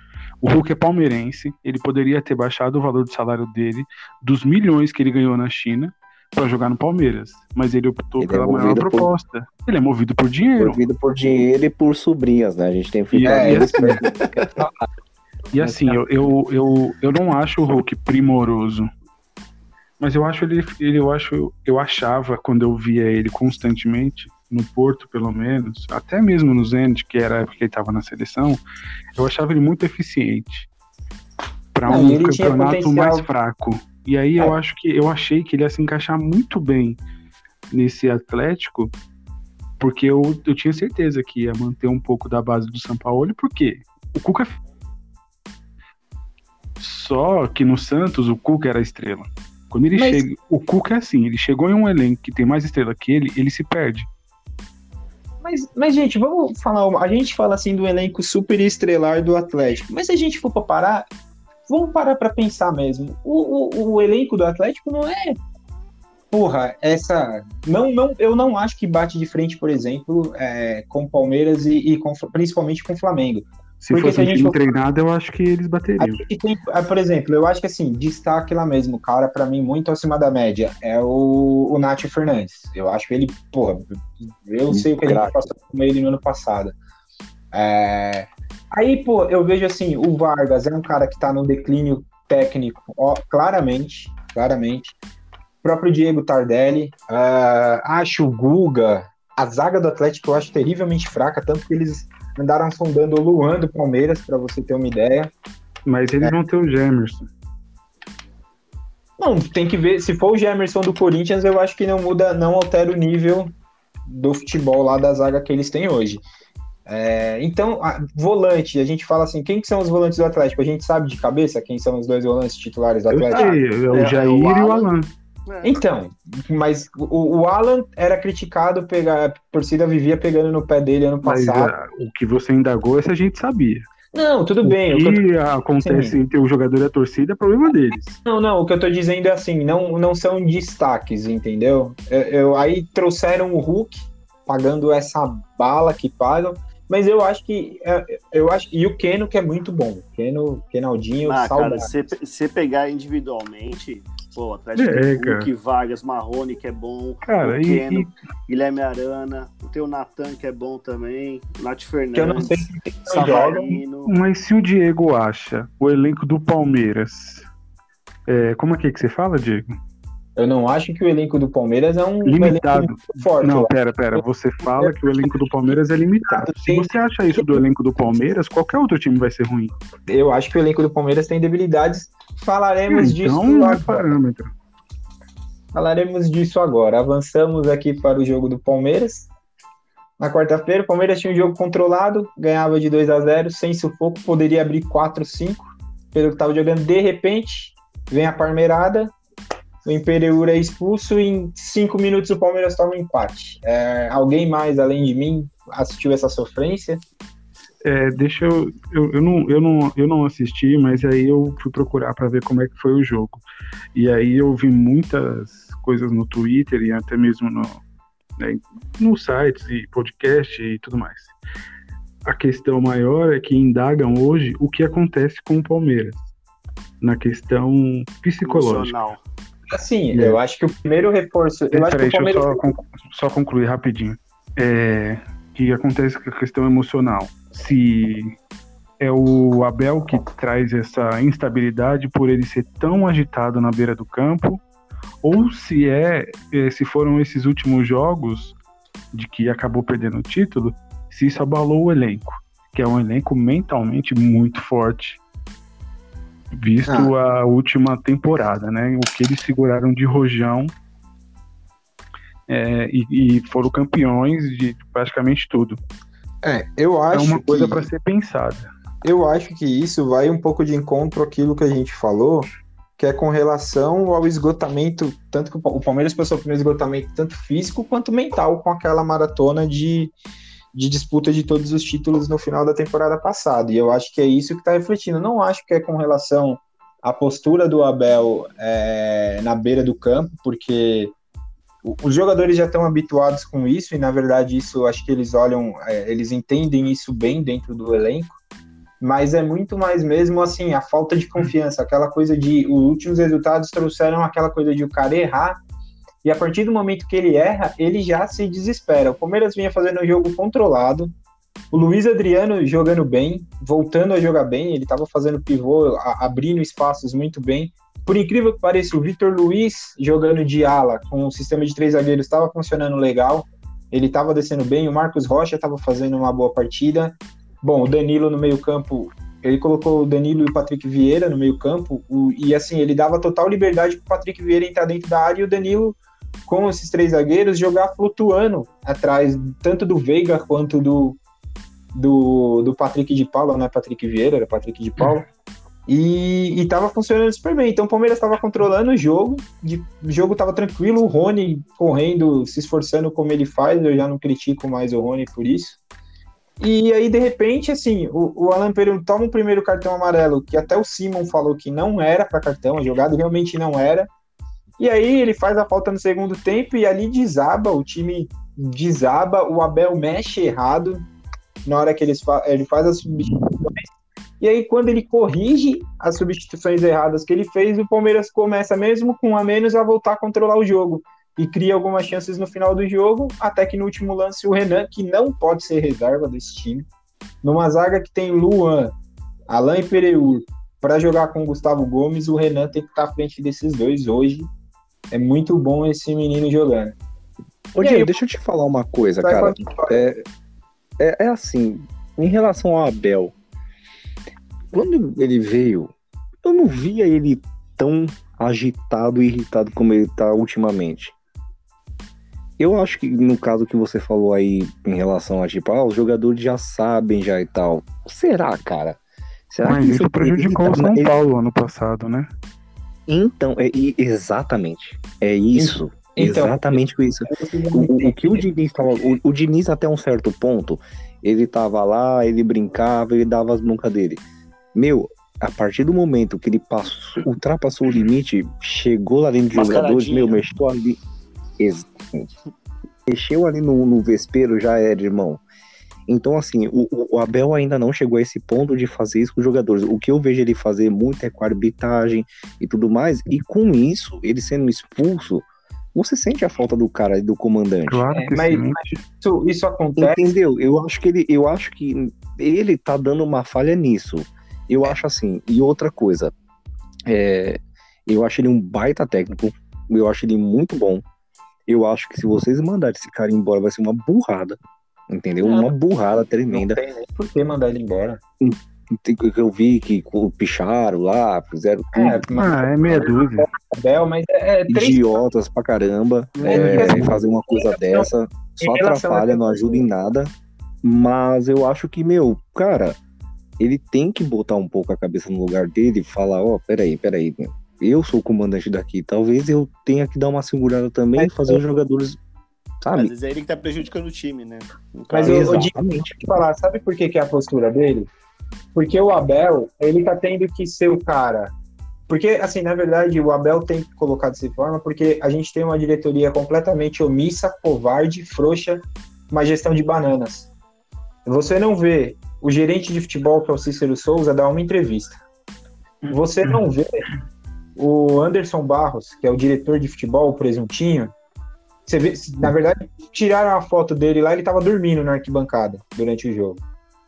O Hulk é palmeirense, ele poderia ter baixado o valor do salário dele, dos milhões que ele ganhou na China, para jogar no Palmeiras. Mas ele optou Ele é pela maior movido por- proposta. Ele é movido por dinheiro. Movido por dinheiro e por sobrinhas, né? A gente tem E, ficado É, e nisso. assim, e assim, eu, eu, eu, eu não acho o Hulk primoroso. Mas eu acho ele, ele eu acho, eu achava quando eu via ele constantemente no Porto, pelo menos, até mesmo no Zenit, que era a época que ele estava na seleção, eu achava ele muito eficiente para Não, um e ele tinha campeonato potencial. mais fraco. E aí eu É. acho que eu achei que ele ia se encaixar muito bem nesse Atlético, porque eu, eu tinha certeza que ia manter um pouco da base do Sampaoli, porque o Cuca. Só que no Santos o Cuca era a estrela. Quando ele Mas- chega. O Cuca é assim, ele chegou em um elenco que tem mais estrela que ele, ele se perde. Mas, mas, gente, vamos falar. uma- A gente fala assim do elenco super estrelar do Atlético. Mas se a gente for pra parar, vamos parar pra pensar mesmo. O, o, o elenco do Atlético não é. Porra, essa. Não, não, eu não acho que bate de frente, por exemplo, é, com o Palmeiras e, e com- principalmente com o Flamengo. Se Porque fosse se a um gente time for- treinado, eu acho que eles A bateriam. gente tem, ah, por exemplo, eu acho que assim, destaque lá mesmo, cara, pra mim, muito acima da média, é o, o Nacho Fernandes. Eu acho que ele, porra, eu sei o que a gente Craque. passou com ele no ano passado. É, aí, pô, eu vejo assim, o Vargas é um cara que tá num declínio técnico, ó, claramente, claramente. O próprio Diego Tardelli, ah, acho o Guga, a zaga do Atlético eu acho terrivelmente fraca, tanto que eles andaram sondando o Luan do Palmeiras, pra você ter uma ideia. Mas eles vão ter o Gemerson. Não, tem que ver. Se for o Gemerson do Corinthians, eu acho que não muda, não altera o nível do futebol lá da zaga que eles têm hoje. É, então, a- volante, a gente fala assim, quem que são os volantes do Atlético? A gente sabe de cabeça quem são os dois volantes titulares do Eu Atlético? sei, é o é, Jair é o e o Alan. Alan. É. Então, mas o, o Alan era criticado, pegar, a torcida vivia pegando no pé dele ano Mas passado. ah, o que você indagou, essa a gente sabia. Não, tudo O bem. O que eu que acontece Sim. entre o jogador e a torcida é problema deles. Não, não, o que eu tô dizendo é assim, não, não são destaques, entendeu? Eu, eu- aí trouxeram o Hulk, pagando essa bala que pagam, mas eu acho que, é, eu acho e o Keno que é muito bom, Keno, Kenaldinho, Ah, cara, saudade. se você pegar individualmente, pô, o Atlético É, tem cara. Hulk, Vargas, Marrone, que é bom, Cara, o e, Keno, e Guilherme Arana, tem o Natan, que é bom também, o Nath Que eu não sei Fernandes, se não jogam. Savarino. mas se o Diego acha o elenco do Palmeiras, é, como é que, é que você fala, Diego? Eu não acho que o elenco do Palmeiras é um Limitado. elenco muito forte. Não, eu pera, pera. Você fala que o elenco do Palmeiras é limitado. Se você acha isso do elenco do Palmeiras, qualquer outro time vai ser ruim. Eu acho que o elenco do Palmeiras tem debilidades. Falaremos disso Então não é agora. parâmetro. Falaremos disso agora. Avançamos aqui para o jogo do Palmeiras. Na quarta-feira, o Palmeiras tinha um jogo controlado, ganhava de dois a zero, sem sufoco, poderia abrir quatro a cinco, pelo que estava jogando. De repente, vem a parmeirada, o Imperiura é expulso e em cinco minutos o Palmeiras toma um empate. É, alguém mais, além de mim, assistiu essa sofrência? É, deixa eu. Eu, eu, não, eu, não, eu não assisti, mas aí eu fui procurar para ver como é que foi o jogo. E aí eu vi muitas coisas no Twitter e até mesmo no, né, nos sites e podcast e tudo mais. A questão maior é que indagam hoje o que acontece com o Palmeiras na questão psicológica. Emocional. Assim, É. eu acho que o primeiro reforço... Eu acho que Peraí, o deixa eu Palmeiras... só, conclu- só concluir rapidinho. É, o que acontece com a questão emocional? Se é o Abel que traz essa instabilidade por ele ser tão agitado na beira do campo, ou se é, é, se foram esses últimos jogos de que acabou perdendo o título, se isso abalou o elenco, que é um elenco mentalmente muito forte, visto a última temporada, né? O que eles seguraram de rojão é, e, e foram campeões de praticamente tudo. É, eu É acho uma coisa que... para ser pensada. Eu acho que isso vai um pouco de encontro àquilo que a gente falou, que é com relação ao esgotamento, tanto que o Palmeiras passou por um esgotamento tanto físico quanto mental com aquela maratona de, de disputa de todos os títulos no final da temporada passada. E eu acho que é isso que está refletindo. Não acho que é com relação à postura do Abel é, na beira do campo, porque o- os jogadores já estão habituados com isso, e na verdade isso acho que eles olham, é, eles entendem isso bem dentro do elenco. mas é muito mais mesmo assim, a falta de confiança, aquela coisa de, os últimos resultados trouxeram aquela coisa de o cara errar, e a partir do momento que ele erra, ele já se desespera. O Palmeiras vinha fazendo um jogo controlado, o Luiz Adriano jogando bem, voltando a jogar bem, ele estava fazendo pivô, a, abrindo espaços muito bem. Por incrível que pareça, o Vitor Luiz jogando de ala, com o sistema de três zagueiros, estava funcionando legal, ele estava descendo bem, o Marcos Rocha estava fazendo uma boa partida. Bom, o Danilo no meio campo, ele colocou o Danilo e o Patrick Vieira no meio campo, o, e assim, ele dava total liberdade para o Patrick Vieira entrar dentro da área e o Danilo, com esses três zagueiros, jogar flutuando atrás, tanto do Veiga quanto do, do, do Patrick de Paula, não é Patrick Vieira, era Patrick de Paula, e, e tava funcionando super bem. Então o Palmeiras estava controlando o jogo, de, o jogo estava tranquilo, o Rony correndo, se esforçando como ele faz, eu já não critico mais o Rony por isso. E aí, de repente, assim, o, o Alan Pereira toma um primeiro cartão amarelo, que até o Simon falou que não era para cartão, a jogada realmente não era. E aí ele faz a falta no segundo tempo e ali desaba, o time desaba, o Abel mexe errado na hora que eles fa- ele faz as substituições. E aí quando ele corrige as substituições erradas que ele fez, o Palmeiras começa mesmo com um a menos a voltar a controlar o jogo. E cria algumas chances no final do jogo, até que no último lance o Renan, que não pode ser reserva desse time, numa zaga que tem Luan, Alain e Pereur, para jogar com o Gustavo Gomes, o Renan tem que estar à frente desses dois hoje. É muito bom esse menino jogando. Ô, Diego, deixa eu te falar uma coisa, cara. É, é, é assim, em relação ao Abel, quando ele veio, eu não via ele tão agitado e irritado como ele tá ultimamente. Eu acho que no caso que você falou aí em relação a tipo, ah, os jogadores já sabem já e tal. Será, cara? Será Mas que isso prejudicou o São Paulo ano passado, né? Então, é, exatamente. É isso. Então, exatamente isso. O, o que o Diniz tava. O, o Diniz, até um certo ponto, ele tava lá, ele brincava, ele dava as broncas dele. Meu, a partir do momento que ele passou, ultrapassou o limite, chegou lá dentro de jogadores, meu, mexeu ali. Exatamente. Mexeu ali no, no vespeiro, já era, irmão. Então, assim, o, o Abel ainda não chegou a esse ponto de fazer isso com os jogadores. O que eu vejo ele fazer muito é com a arbitragem e tudo mais. E com isso, ele sendo expulso, você sente a falta do cara e do comandante. Claro que é, mas, sim. mas isso, isso acontece. Entendeu? Eu acho que ele, eu acho que ele tá dando uma falha nisso. Eu acho assim. E outra coisa, é, eu acho ele um baita técnico. Eu acho ele muito bom. Eu acho que se vocês mandarem esse cara embora, vai ser uma burrada. Entendeu? Não, uma burrada tremenda. Não tem nem por que mandar ele embora. Eu vi que picharam lá, fizeram tudo. É, ah, é meia dúzia. Mas é, é três... Idiotas pra caramba. É, é, fazer uma coisa dessa só atrapalha, não ajuda em nada. Mas eu acho que, meu, cara, ele tem que botar um pouco a cabeça no lugar dele e falar, ó, oh, peraí, peraí, meu. Eu sou o comandante daqui. Talvez eu tenha que dar uma segurada também e fazer os jogadores... Sabe? Às vezes é ele que tá prejudicando o time, né? Mas eu, eu digo te falar, sabe por que, que é a postura dele? Porque o Abel, ele tá tendo que ser o cara. Porque, assim, na verdade, o Abel tem que colocar dessa forma, porque a gente tem uma diretoria completamente omissa, covarde, frouxa, uma gestão de bananas. Você não vê o gerente de futebol, que é o Cícero Souza, dar uma entrevista. Você não vê o Anderson Barros, que é o diretor de futebol, o presuntinho. Você vê, na verdade, tiraram a foto dele lá, ele estava dormindo na arquibancada durante o jogo.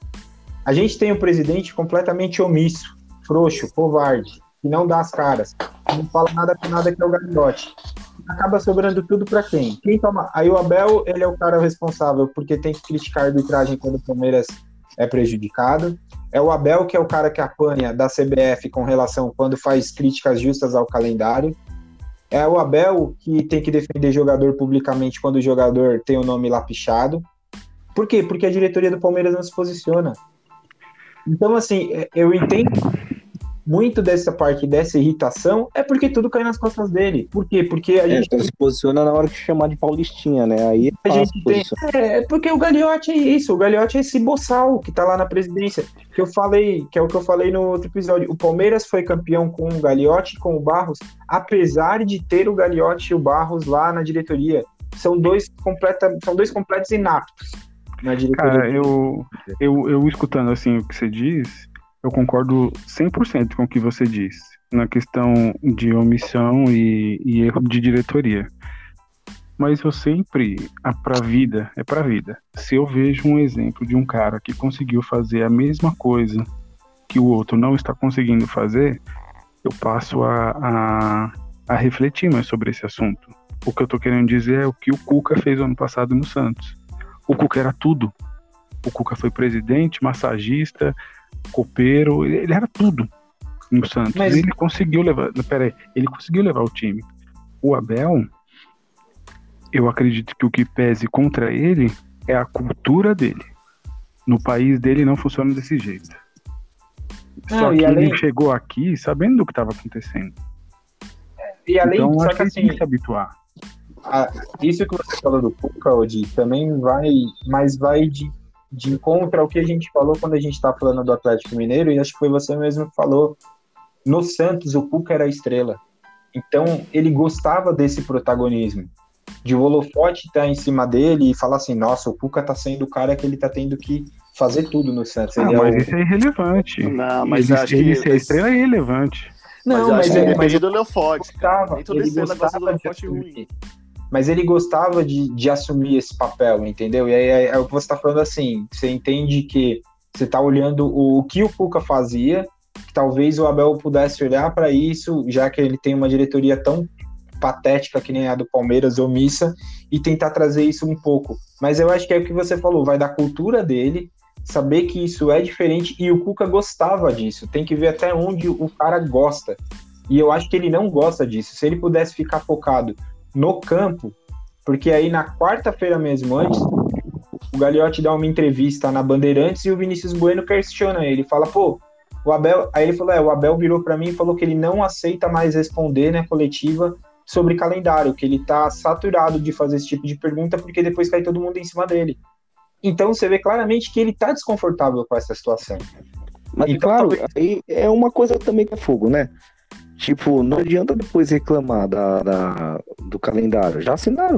A gente tem um presidente completamente omisso, frouxo, covarde, que não dá as caras, não fala nada com nada, que é o Gagliotti. Acaba sobrando tudo para quem? Quem toma? Aí o Abel, ele é o cara responsável, porque tem que criticar a arbitragem quando o Palmeiras é prejudicado. É o Abel que é o cara que apanha da C B F com relação quando faz críticas justas ao calendário. É o Abel que tem que defender jogador publicamente quando o jogador tem o nome lá pichado. Por quê? Porque a diretoria do Palmeiras não se posiciona. Então, assim, eu entendo muito dessa parte, dessa irritação, é porque tudo cai nas costas dele. Por quê? Porque a é, gente... Então se posiciona na hora que chamar de paulistinha, né? Aí a gente tem... É, é porque o Gagliotti é isso, o Gagliotti é esse boçal que tá lá na presidência, que eu falei, que é o que eu falei no outro episódio. O Palmeiras foi campeão com o Gagliotti, com o Barros, apesar de ter o Gagliotti e o Barros lá na diretoria. São dois, completa... São dois completos inaptos na diretoria. Cara, eu, eu, eu escutando assim o que você diz, eu concordo cem por cento com o que você disse, na questão de omissão e, e erro de diretoria. Mas eu sempre, a pra vida, é pra vida. Se eu vejo um exemplo de um cara que conseguiu fazer a mesma coisa que o outro não está conseguindo fazer, eu passo a, a, a refletir mais sobre esse assunto. O que eu tô querendo dizer é o que o Cuca fez ano passado no Santos. O Cuca era tudo. O Cuca foi presidente, massagista, copeiro, ele era tudo no Santos. Mas ele conseguiu levar, peraí, ele conseguiu levar o time. O Abel, eu acredito que o que pese contra ele é a cultura dele. No país dele não funciona desse jeito. Não, só que além... ele chegou aqui sabendo do que estava acontecendo. E além então, só acho que assim, assim, tem que se habituar. A, isso que você falou do Cuca, Odi, também vai, mas vai de, de encontro ao que a gente falou quando a gente tá falando do Atlético Mineiro, e acho que foi você mesmo que falou. No Santos, o Cuca era a estrela. Então, ele gostava desse protagonismo. De o holofote estar em cima dele e falar assim, nossa, o Cuca tá sendo o cara que ele tá tendo que fazer tudo no Santos. Ah, ele mas é o... isso é irrelevante. Não, mas ele, acho ele que... ser estrela é irrelevante. Não, mas, mas, ele ele, mas depende do Leoforte, gostava, nem todo ele estrela gosta do gostava de Leoforte ruim. Mas ele gostava de, de assumir esse papel, entendeu? E aí é, é o que você tá falando assim, você entende que você tá olhando o, o que o Cuca fazia, que talvez o Abel pudesse olhar para isso, já que ele tem uma diretoria tão patética que nem a do Palmeiras, omissa, e tentar trazer isso um pouco. Mas eu acho que é o que você falou, vai da cultura dele, saber que isso é diferente, e o Cuca gostava disso, tem que ver até onde o cara gosta. E eu acho que ele não gosta disso. Se ele pudesse ficar focado no campo, porque aí na quarta-feira mesmo, antes, o Gagliotti dá uma entrevista na Bandeirantes e o Vinícius Bueno questiona ele, fala, pô, o Abel, aí ele falou, é, o Abel virou pra mim e falou que ele não aceita mais responder na coletiva sobre calendário, que ele tá saturado de fazer esse tipo de pergunta, porque depois cai todo mundo em cima dele. Então você vê claramente que ele tá desconfortável com essa situação. Mas então, claro, talvez... aí é uma coisa também que é fogo, né? Tipo, não adianta depois reclamar da, da, do calendário. Já assinaram.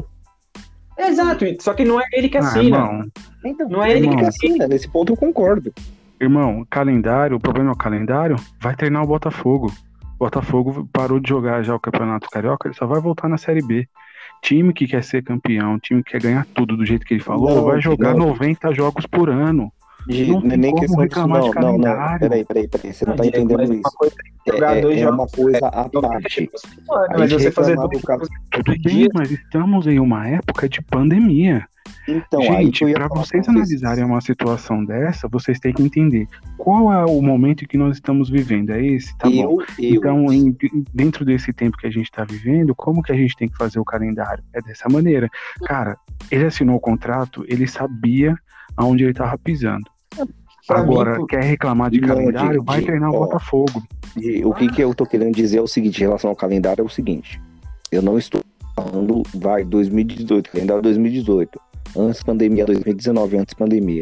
Exato, só que não é ele que assina. Ah, irmão, então, não é ele irmão, que assina. Nesse ponto eu concordo. Irmão, calendário, o problema é o calendário, vai treinar o Botafogo. O Botafogo parou de jogar já o Campeonato Carioca, ele só vai voltar na Série B. Time que quer ser campeão, time que quer ganhar tudo do jeito que ele falou, não, vai jogar não. noventa jogos por ano. De, não tem nem como questão reclamar disso, de não, não, calendário. não, peraí, peraí, peraí, você não, Não, tá Diego, entendendo mas isso. uma coisa é jogar É, dois é jogos, uma coisa é, à parte. Mano, mas você fazer dois jogos Tudo bem, dias... mas estamos em uma época de pandemia. Então, aí Gente, para vocês analisarem uma situação dessa, vocês têm que entender qual é o momento que nós estamos vivendo. É esse? Tá eu, bom. Eu, então, em, dentro desse tempo que a gente está vivendo, como que a gente tem que fazer o calendário? É dessa maneira. Cara, ele assinou o contrato, ele sabia aonde ele estava pisando. Pra Agora, mim, quer reclamar de não, calendário, de, vai de, treinar ó, o Botafogo. De, o que, que eu tô querendo dizer é o seguinte, em relação ao calendário, é o seguinte. Eu não estou falando, vai, dois mil e dezoito, calendário dois mil e dezoito. Antes pandemia, dois mil e dezenove, antes pandemia.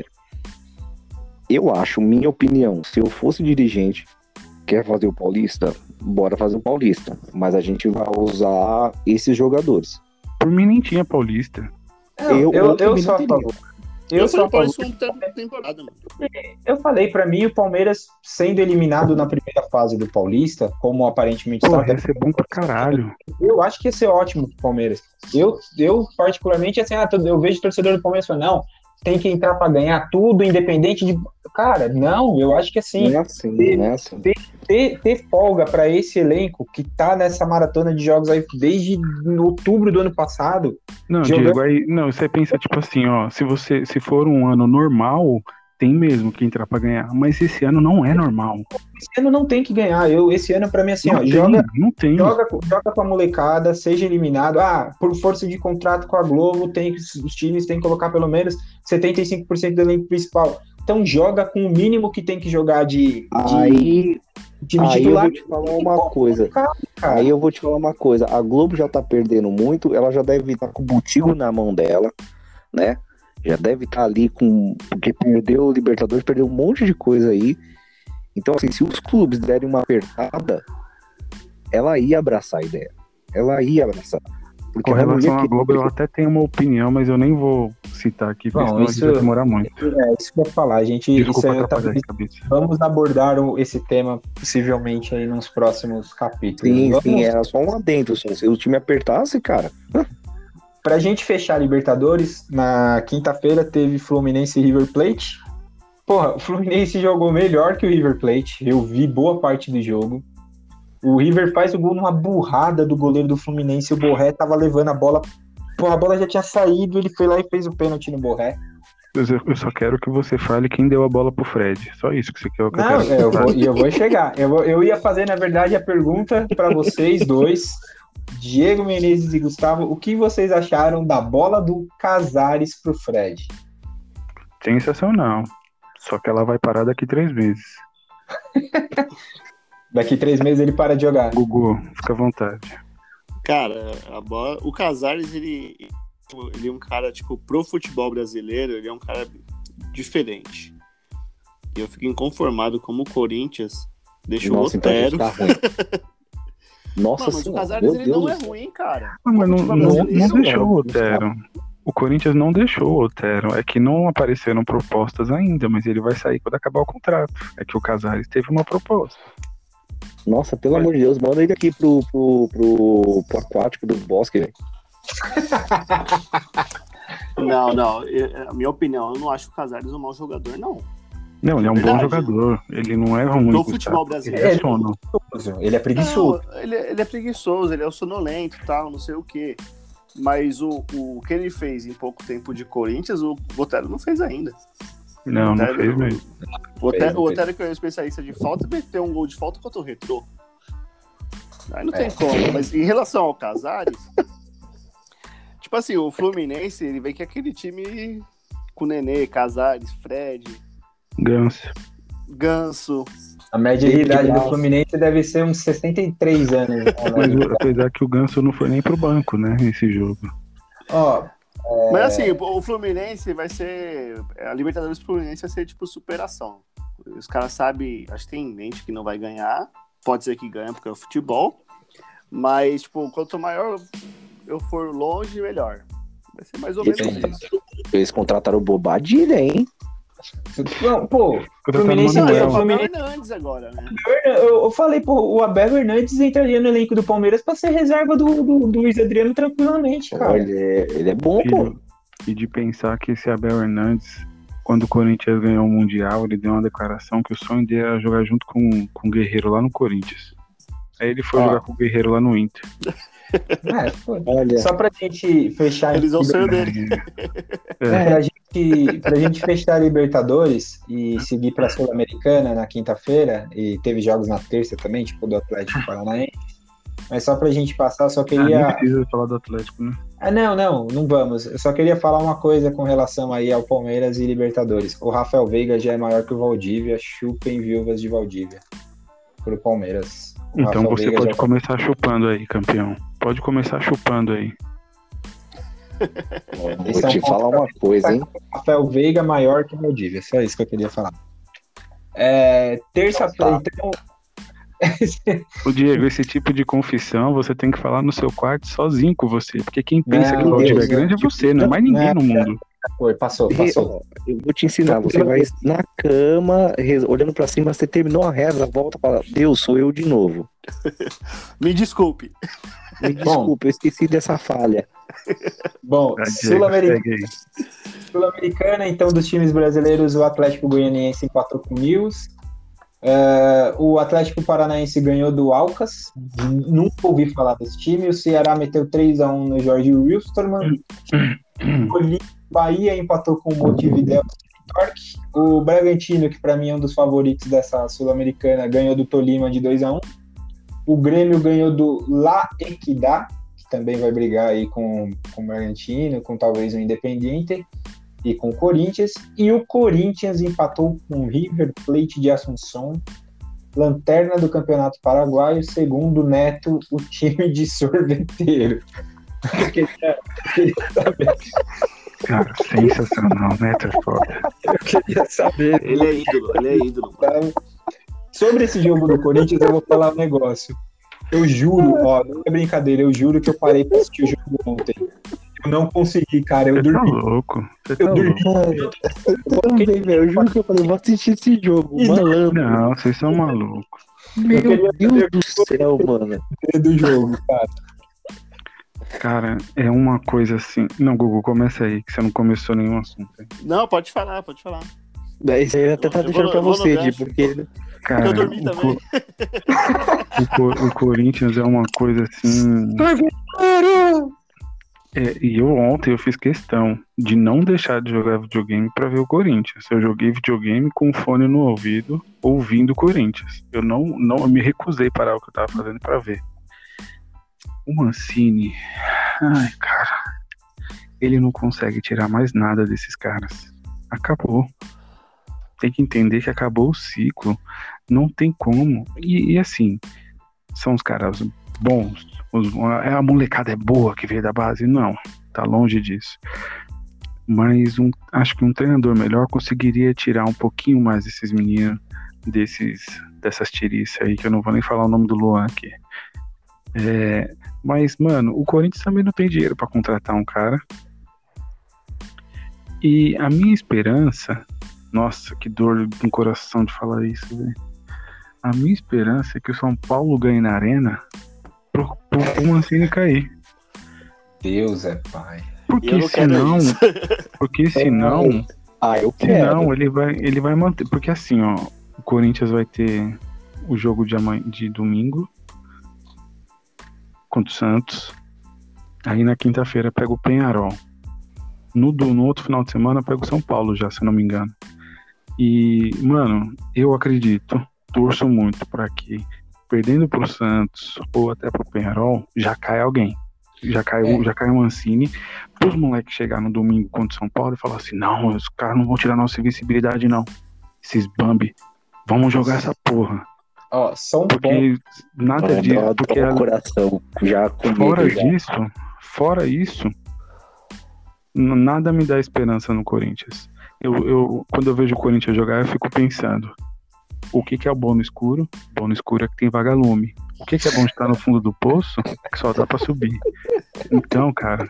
Eu acho, minha opinião, se eu fosse dirigente, quer fazer o Paulista, bora fazer o Paulista. Mas a gente vai usar esses jogadores. Por mim nem tinha Paulista. Eu, eu, eu, eu só falo. Eu, eu só falei isso uma temporada, mano. Eu falei, pra mim, o Palmeiras sendo eliminado na primeira fase do Paulista, como aparentemente Pô, está... ia ser bom pra caralho. Eu acho que ia ser ótimo pro Palmeiras. Eu, eu particularmente, assim, ah, eu vejo torcedor do Palmeiras falando, não, tem que entrar pra ganhar tudo, independente de... Cara, não, eu acho que assim... Não é assim, ter, não é assim. Ter, ter, ter folga pra esse elenco que tá nessa maratona de jogos aí desde outubro do ano passado... Não, jogando... Diego, aí, não, você pensa tipo assim, ó, se você, se for um ano normal, tem mesmo que entrar pra ganhar, mas esse ano não é normal. Esse ano não tem que ganhar, eu, esse ano pra mim assim, não ó, tem, joga, não tem. Joga, joga com a molecada, seja eliminado, ah, por força de contrato com a Globo, tem, os times têm que colocar pelo menos setenta e cinco por cento do elenco principal, então joga com o mínimo que tem que jogar de, de aí, time aí titular. Eu vou te falar uma coisa, cara. aí eu vou te falar uma coisa, a Globo já tá perdendo muito, ela já deve estar com o botigo na mão dela, né? Já deve estar ali com... Porque perdeu o Libertadores, perdeu um monte de coisa aí. Então, assim, se os clubes derem uma apertada, ela ia abraçar a ideia. Ela ia abraçar. Porque Com na relação mulher à que- Globo, eu até tenho uma opinião, mas eu nem vou citar aqui, porque Bom, senão a isso- gente vai demorar muito. É isso que eu ia falar. A gente, isso Desculpa aí eu atrapalhar tava- a cabeça. vamos abordar o- esse tema possivelmente aí nos próximos capítulos. Sim, Vamos, sim, era só um adentro. Se o time apertasse, cara. Pra gente fechar a Libertadores, na quinta-feira teve Fluminense e River Plate. Porra, o Fluminense jogou melhor que o River Plate. Eu vi boa parte do jogo. O River faz o gol numa burrada do goleiro do Fluminense. O Borré tava levando a bola. Porra, a bola já tinha saído. Ele foi lá e fez o pênalti no Borré. Eu eu só quero que você fale quem deu a bola pro Fred. Só isso que você quer. Que Não, eu, quero eu escutar. vou, e eu vou chegar. Eu, vou- eu ia fazer, na verdade, a pergunta pra vocês dois, Diego Menezes e Gustavo. O que vocês acharam da bola do Casares pro Fred? Sensacional. Só que ela vai parar daqui três meses. Daqui três meses ele para de jogar. Gugu, fica à vontade. Cara, a bola, o Casares, ele, ele é um cara, tipo, pro futebol brasileiro, ele é um cara diferente. E eu fico inconformado como o Corinthians deixou Nossa, o então a gente Otero. tá ruim. Nossa Não, mas o senhora, Casares, meu ele não Deus. é ruim, cara. Não, mas não, Futebol não, brasileiro, não isso, deixou o mano. Otero. O Corinthians não deixou o Otero. É que não apareceram propostas ainda, mas ele vai sair quando acabar o contrato. É que o Casares teve uma proposta. Nossa, pelo amor de Deus, manda ele aqui pro, pro, pro, pro aquático do Bosque, velho. Não, não. eu- A minha opinião, eu não acho o Casares um mau jogador, não. Não, ele é um bom Verdade. jogador. Ele não é ruim. No Gustavo. futebol Ele brasileiro. é sono. Ele é preguiçoso. Não, ele, ele é preguiçoso, ele é sonolento e tal, não sei o quê. Mas o, o que ele fez em pouco tempo de Corinthians, o Otero não fez ainda. Não, O não Otero- fez mesmo. O Otero, Fez, o não fez. Otero, que é um especialista de falta, meteu um gol de falta contra o Retrô. Aí não tem É. como. Mas em relação ao Casares, tipo assim, o Fluminense, ele vem que é aquele time com Nenê, Casares, Fred, Ganso. Ganso. A média de David idade do Braz. Fluminense deve ser uns sessenta e três anos. Mas o- apesar que o Ganso não foi nem pro banco, né, nesse jogo. Ó, Mas assim, o Fluminense vai ser. A Libertadores do Fluminense vai ser tipo superação. Os caras sabem, acho que tem em mente que não vai ganhar. Pode ser que ganhe porque é o futebol. Mas, tipo, quanto maior eu for longe, melhor. Vai ser mais ou menos Eles, isso. eles contrataram o Bobadilha, hein? não, pô, Contrataram Fluminense o Não, não, é Manuel. o o Fabio Fluminense- Hernandes agora, né? eu, eu falei, pô, o Abel Hernandes entraria no elenco do Palmeiras pra ser reserva do, do, do Luiz Adriano tranquilamente, cara. Olha, ele é, ele é bom, pô. Filho, e de pensar que esse Abel Hernandes, quando o Corinthians ganhou o Mundial, ele deu uma declaração que o sonho dele era jogar junto com, com o Guerreiro lá no Corinthians. Aí ele foi Ó. jogar com o Guerreiro lá no Inter. É, pô, Olha, só pra gente fechar Eles vão ser o dele. É, É, a gente, pra gente fechar a Libertadores e seguir pra Sul-Americana na quinta-feira, e teve jogos na terça também, tipo do Atlético Paranaense, mas só pra gente passar, eu só ah, nem queria... precisa falar do Atlético, né? Ah, não, não, não vamos. Eu só queria falar uma coisa com relação aí ao Palmeiras e Libertadores. O Rafael Veiga já é maior que o Valdívia, chupem viúvas de Valdívia pro Palmeiras. O Então Rafael você Veiga pode já- começar chupando aí, campeão. Pode começar chupando aí. vou Esse é um te ponto falar pra- uma coisa, hein? Rafael Veiga maior que o Valdívia, só isso que eu queria falar. É, terça-feira, então... Ô Diego, esse tipo de confissão você tem que falar no seu quarto sozinho com você. Porque quem pensa Não, que o Valdívia Deus, é grande é você, não é mais ninguém no mundo. Foi, passou, E, passou. ó, eu vou te ensinar, você vai na cama, rez- olhando pra cima, você terminou a reza, volta e fala, Deus, sou eu de novo. Me desculpe. Me desculpa, eu esqueci dessa falha. Bom, Tá, Diego, Sul-Americana, segue aí. Sul-Americana, então, dos times brasileiros, o Atlético Goianiense empatou com o Mills. É, o Atlético Paranaense ganhou do Alcas. Nunca ouvi falar desse time. O Ceará meteu três a um no Jorge Wilstermann. O Bahia empatou com o Montevideo Torque. O Bragantino, que para mim é um dos favoritos dessa Sul-Americana, ganhou do Tolima de dois a um. O Grêmio ganhou do La Equidad, que também vai brigar aí com, com o Bragantino, com talvez o Independiente e com o Corinthians. E o Corinthians empatou com o River Plate de Assunção, lanterna do Campeonato Paraguaio, segundo o Neto, o time de sorveteiro. Eu queria, eu queria saber, Cara, sensacional, né? Tá foda. eu queria saber Ele é ídolo, ele é ídolo. sabe? Sobre esse jogo do Corinthians, eu vou falar um negócio. Eu juro, ó, não é brincadeira, eu juro que eu parei pra assistir o jogo ontem. Eu não consegui, cara, eu Você dormi. tá louco. Você tá Eu dormi. louco. Mano, eu também, velho. Eu juro que eu falei, vou assistir esse jogo, malandro. Não, vocês são malucos. Meu queria Deus saber do céu, mano. do jogo, cara. Cara, é uma coisa assim. Não, Gugu, começa aí, que você não começou nenhum assunto. Hein? Não, pode falar, pode falar. Isso aí até tá Eu deixando vou- pra eu vou no você, Di, gancho. porque Cara, Eu dormi o, também. Co- o, Co- o Corinthians é uma coisa assim. É, e eu ontem eu fiz questão de não deixar de jogar videogame pra ver o Corinthians. Eu joguei videogame com o fone no ouvido, ouvindo o Corinthians. Eu não, não eu me recusei a parar o que eu tava fazendo pra ver. O Mancini, ai, cara, ele não consegue tirar mais nada desses caras. Acabou. Tem que entender que acabou o ciclo. Não tem como. E, e assim, são os caras bons. Os, a molecada é boa que veio da base? Não, tá longe disso. Mas um, acho que um treinador melhor conseguiria tirar um pouquinho mais desses meninos, desses, dessas tiriças aí, que eu não vou nem falar o nome do Luan aqui. É, mas, mano, o Corinthians também não tem dinheiro pra contratar um cara. E a minha esperança, nossa, que dor no coração de falar isso, velho. A minha esperança é que o São Paulo ganhe na arena pro, pro, pro Mancini cair. Deus é pai. Porque Eu não quero senão, isso. porque senão, Ah, eu quero. senão ele vai, ele vai manter. Porque assim, ó, o Corinthians vai ter o jogo de, amanhã, de domingo contra o Santos. Aí na quinta-feira pega o Penharol. No, do, no outro final de semana pega o São Paulo já, se eu não me engano. E, mano, eu acredito, torço muito pra que, perdendo pro Santos ou até pro Penharol, já cai alguém. Já cai, o- É. já cai o Mancini. Pros moleques chegar no domingo contra o São Paulo e falar assim: não, os caras não vão tirar nossa invencibilidade, não. Esses Bambi, vamos jogar essa porra. Ó, só um ponto. Porque nada Mano, disso. dá- Porque dá a- o coração já comigo. Fora já. disso, fora isso, n- nada me dá esperança no Corinthians. Eu, eu, quando eu vejo o Corinthians jogar, eu fico pensando: o que, que é o bom no escuro? Bom no escuro é que tem vagalume. O que, que é bom de estar no fundo do poço? Que só dá pra subir. Então, cara,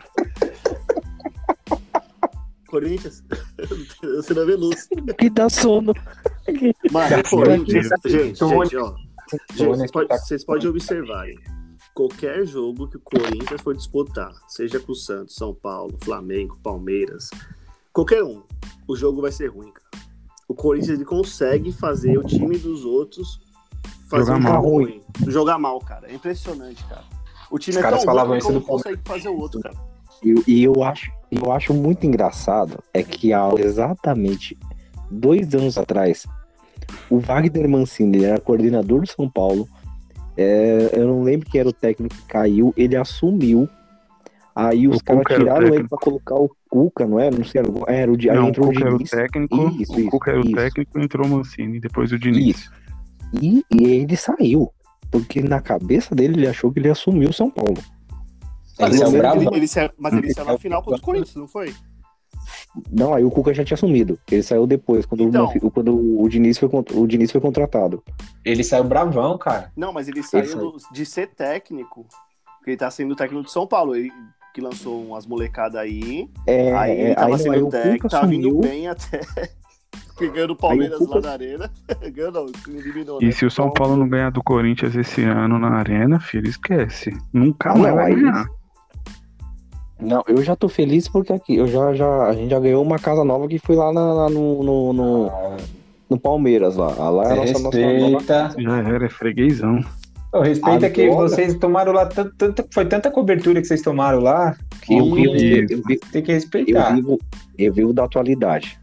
Corinthians, você não vê luz. Que dá sono. Mano, Tá Corinthians, certo. gente, Tô gente, ó. Gente, Tô vocês, pode- tá- vocês podem observar, hein? Qualquer jogo que o Corinthians for disputar, seja com o Santos, São Paulo, Flamengo, Palmeiras, qualquer um, o jogo vai ser ruim, cara. O Corinthians ele consegue fazer o time dos outros fazer Jogar um mal. jogo ruim. Jogar mal, cara. É impressionante, cara. O time Os é caras tão falavam ruim isso que não do consegue fazer o outro, cara. E, e eu acho, eu acho muito engraçado é que há exatamente dois anos atrás, o Wagner Mancini ele era coordenador do São Paulo. É, eu não lembro quem era o técnico que caiu, ele assumiu. Aí os O caras Cuca era o tiraram ele técnico. pra colocar o Cuca, não era? Não sei, era, era o, Di- aí não, o entrou o Cuca era o Diniz. técnico, Isso, o isso, Cuca era o isso. técnico e entrou o Mancini, depois o Diniz. Isso. E, e ele saiu, porque na cabeça dele ele achou que ele assumiu o São Paulo. Ele Aí saiu eu- bravo. Ele, ele saiu- mas ele Ele saiu na saiu- final contra o Corinthians, não foi? Não, aí o Cuca já tinha assumido. Ele saiu depois, quando, Então. o, quando o, Diniz foi, cont- o Diniz foi contratado. Ele saiu bravão, cara. Não, mas ele saiu saiu. do- de ser técnico, porque ele tá sendo técnico de São Paulo. Ele que lançou umas molecadas aí. É, Aí ele é, tava aí, não, sendo aí o técnico, Cuca tava vindo assumiu. bem até. Ganhando o Palmeiras Aí o Cuca- lá na arena. Ganhou não, eliminou, E né? se o São Paulo não ganhar do Corinthians esse ano na arena, filho, esquece. Nunca Ah, mais não, vai aí- ganhar. Não, eu já tô feliz porque aqui, eu já, já, a gente já ganhou uma casa nova que foi lá na- na- no, no, no, no Palmeiras lá. Ah, Lá é a Você nossa, nossa nova respeita. Já era, é freguesão. Ô, respeita que Agora- vocês tomaram lá tan- tanta, foi tanta cobertura que vocês tomaram lá que Eu vivo, Isso. eu, vi- tem que eu, respeitar. vivo, eu vivo da atualidade.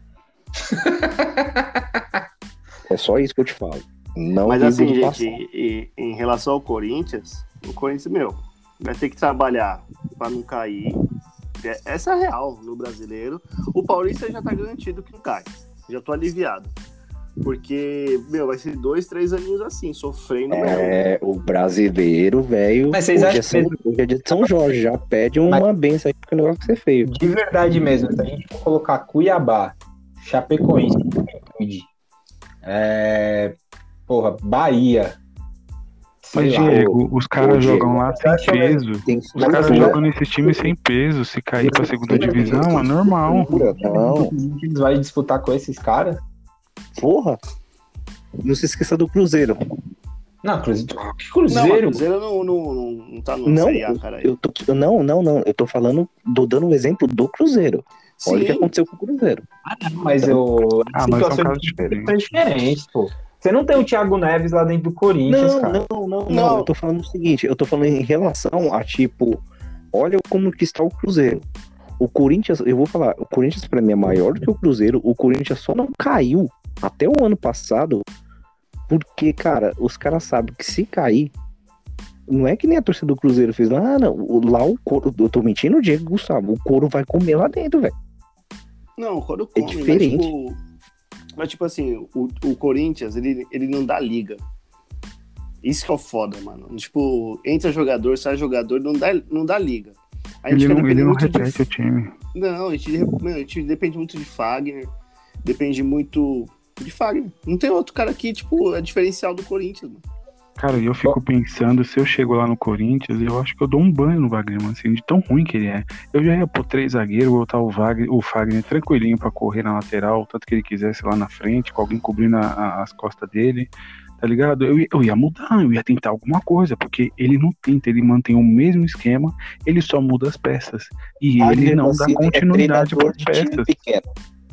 É só isso que eu te falo. Não Mas vivo assim, do gente, passado. e- e- em relação ao Corinthians, o Corinthians, meu, vai ter que trabalhar pra não cair. É- Essa é a real no brasileiro. O Paulista já tá garantido que não cai. Já tô aliviado. Porque, meu, vai ser dois, três aninhos assim, sofrendo mesmo. É, o brasileiro, velho. Mas vocês hoje, acham é São- que- hoje é dia de São Jorge, já pede uma benção aí, porque o negócio vai ser feio. De verdade mesmo, se a gente for colocar Cuiabá, Chapecoense, Juventude, é, porra, Bahia, Sei Mas, lá, Diego, ô- os caras ô, jogam Diego, lá sem acho que- peso. tem Os caras Mas- jogam nesses times sem peso. Se cair pra segunda divisão, é normal. Não, Eles vai disputar com esses caras? porra. Não se esqueça do Cruzeiro. Não, Cruzeiro. Que Não, mas Cruzeiro? Cruzeiro não, não, não, não tá no Não, Série A, cara. eu tô, não, não, não. Eu tô falando, tô dando o exemplo do Cruzeiro. Olha o que Sim, aconteceu com o Cruzeiro. Mas eu. Ah, mas são situações casos diferentes. são diferentes, pô. Você não tem o Thiago Neves lá dentro do Corinthians, Não, cara. não, não, não, Não. Eu tô falando o seguinte, eu tô falando em relação a, tipo, olha como que está o Cruzeiro. O Corinthians, eu vou falar, o Corinthians pra mim é maior do que o Cruzeiro. O Corinthians só não caiu até o ano passado porque, cara, os caras sabem que se cair, não é que nem a torcida do Cruzeiro fez lá, ah, não, o- lá o couro, eu tô mentindo, Diego Gustavo, o couro vai comer lá dentro, velho. não, quando É come, diferente. Mas, tipo, mas, tipo assim, o, o Corinthians, ele, ele não dá liga. Isso que é o foda, mano. Tipo, entra jogador, sai jogador, não dá, não dá liga. A Ele fica não, ele dependendo não muito de- repete o time. Não, a gente, meu, a gente depende muito de Fagner, depende muito de Fagner. Não tem outro cara que, tipo, é diferencial do Corinthians, mano. Cara, e eu fico pensando, se eu chego lá no Corinthians, eu acho que eu dou um banho no Wagner, mano, assim, de tão ruim que ele é. Eu já ia pôr três zagueiros, botar o Wagner, o Fagner tranquilinho pra correr na lateral, tanto que ele quisesse lá na frente, com alguém cobrindo a- a- as costas dele, tá ligado? Eu, ia- eu ia mudar, eu ia tentar alguma coisa, porque ele não tenta, ele mantém o mesmo esquema, ele só muda as peças. E ele não dá continuidade para as peças. pequeno.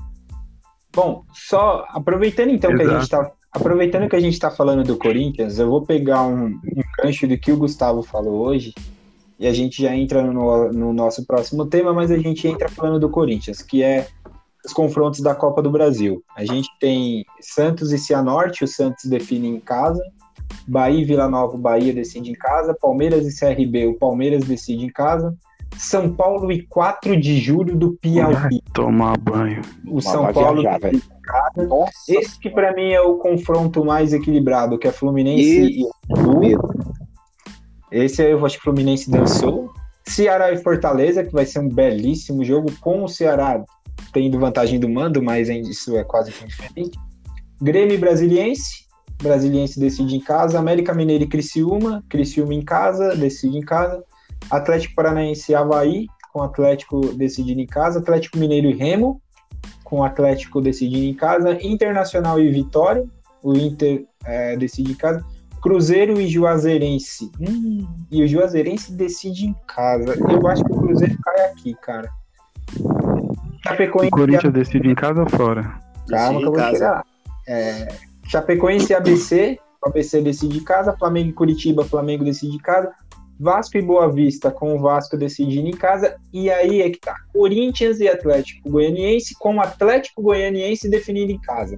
Bom, só aproveitando então que a Exato. gente tá. Aproveitando que a gente tá falando do Corinthians, eu vou pegar um, um gancho do que o Gustavo falou hoje, e a gente já entra no, no nosso próximo tema, mas a gente entra falando do Corinthians, que é os confrontos da Copa do Brasil. A gente tem Santos e Cianorte, o Santos define em casa, Bahia e Vila Nova, o Bahia decide em casa, Palmeiras e C R B, o Palmeiras decide em casa, São Paulo e quatro de julho do Vai Piauí, tomar banho. o São Paulo viajar, velho. Nossa, esse que pra mim é o confronto mais equilibrado, que é Fluminense Esse- e Flu. Esse aí eu acho que Fluminense dançou. Ceará e Fortaleza, que vai ser um belíssimo jogo, com o Ceará tendo vantagem do mando, mas isso é quase que diferente. Grêmio e Brasiliense, Brasiliense decide em casa. América Mineiro e Criciúma, Criciúma em casa, decide em casa. Atlético Paranaense e Avaí, com Atlético decidindo em casa. Atlético Mineiro e Remo, com o Atlético decidindo em casa, Internacional e Vitória, o Inter é, decide em casa, Cruzeiro e Juazeirense, hum, e o Juazeirense decide em casa. Eu acho que o Cruzeiro cai aqui, cara. Chapecoense, O Corinthians decide em casa ou fora? calma que eu vou Decide em chegar lá. É, Chapecoense e A B C, o A B C decide em casa, Flamengo e Curitiba, Flamengo decide em casa, Vasco e Boa Vista, com o Vasco decidindo em casa, e aí é que tá, Corinthians e Atlético Goianiense, com o Atlético Goianiense definindo em casa.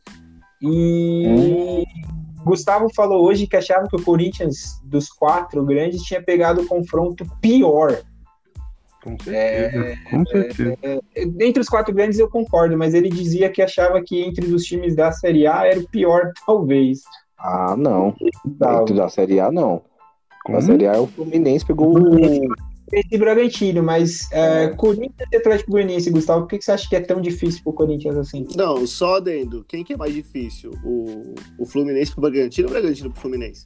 E Gustavo falou hoje que achava que o Corinthians, dos quatro grandes, tinha pegado o confronto pior. Com certeza. Com certeza. Dentre os quatro grandes eu concordo, mas ele dizia que achava que entre os times da Série A era o pior, talvez. Ah, não. Tá. Dentro da Série A, não. Como? Na Série A, o Fluminense pegou o... Esse Bragantino, mas é, Corinthians e Atlético Goianiense, Gustavo, por que que você acha que é tão difícil pro Corinthians assim? Não, só adendo. Quem que é mais difícil? O, o Fluminense pro Bragantino ou o Bragantino pro Fluminense?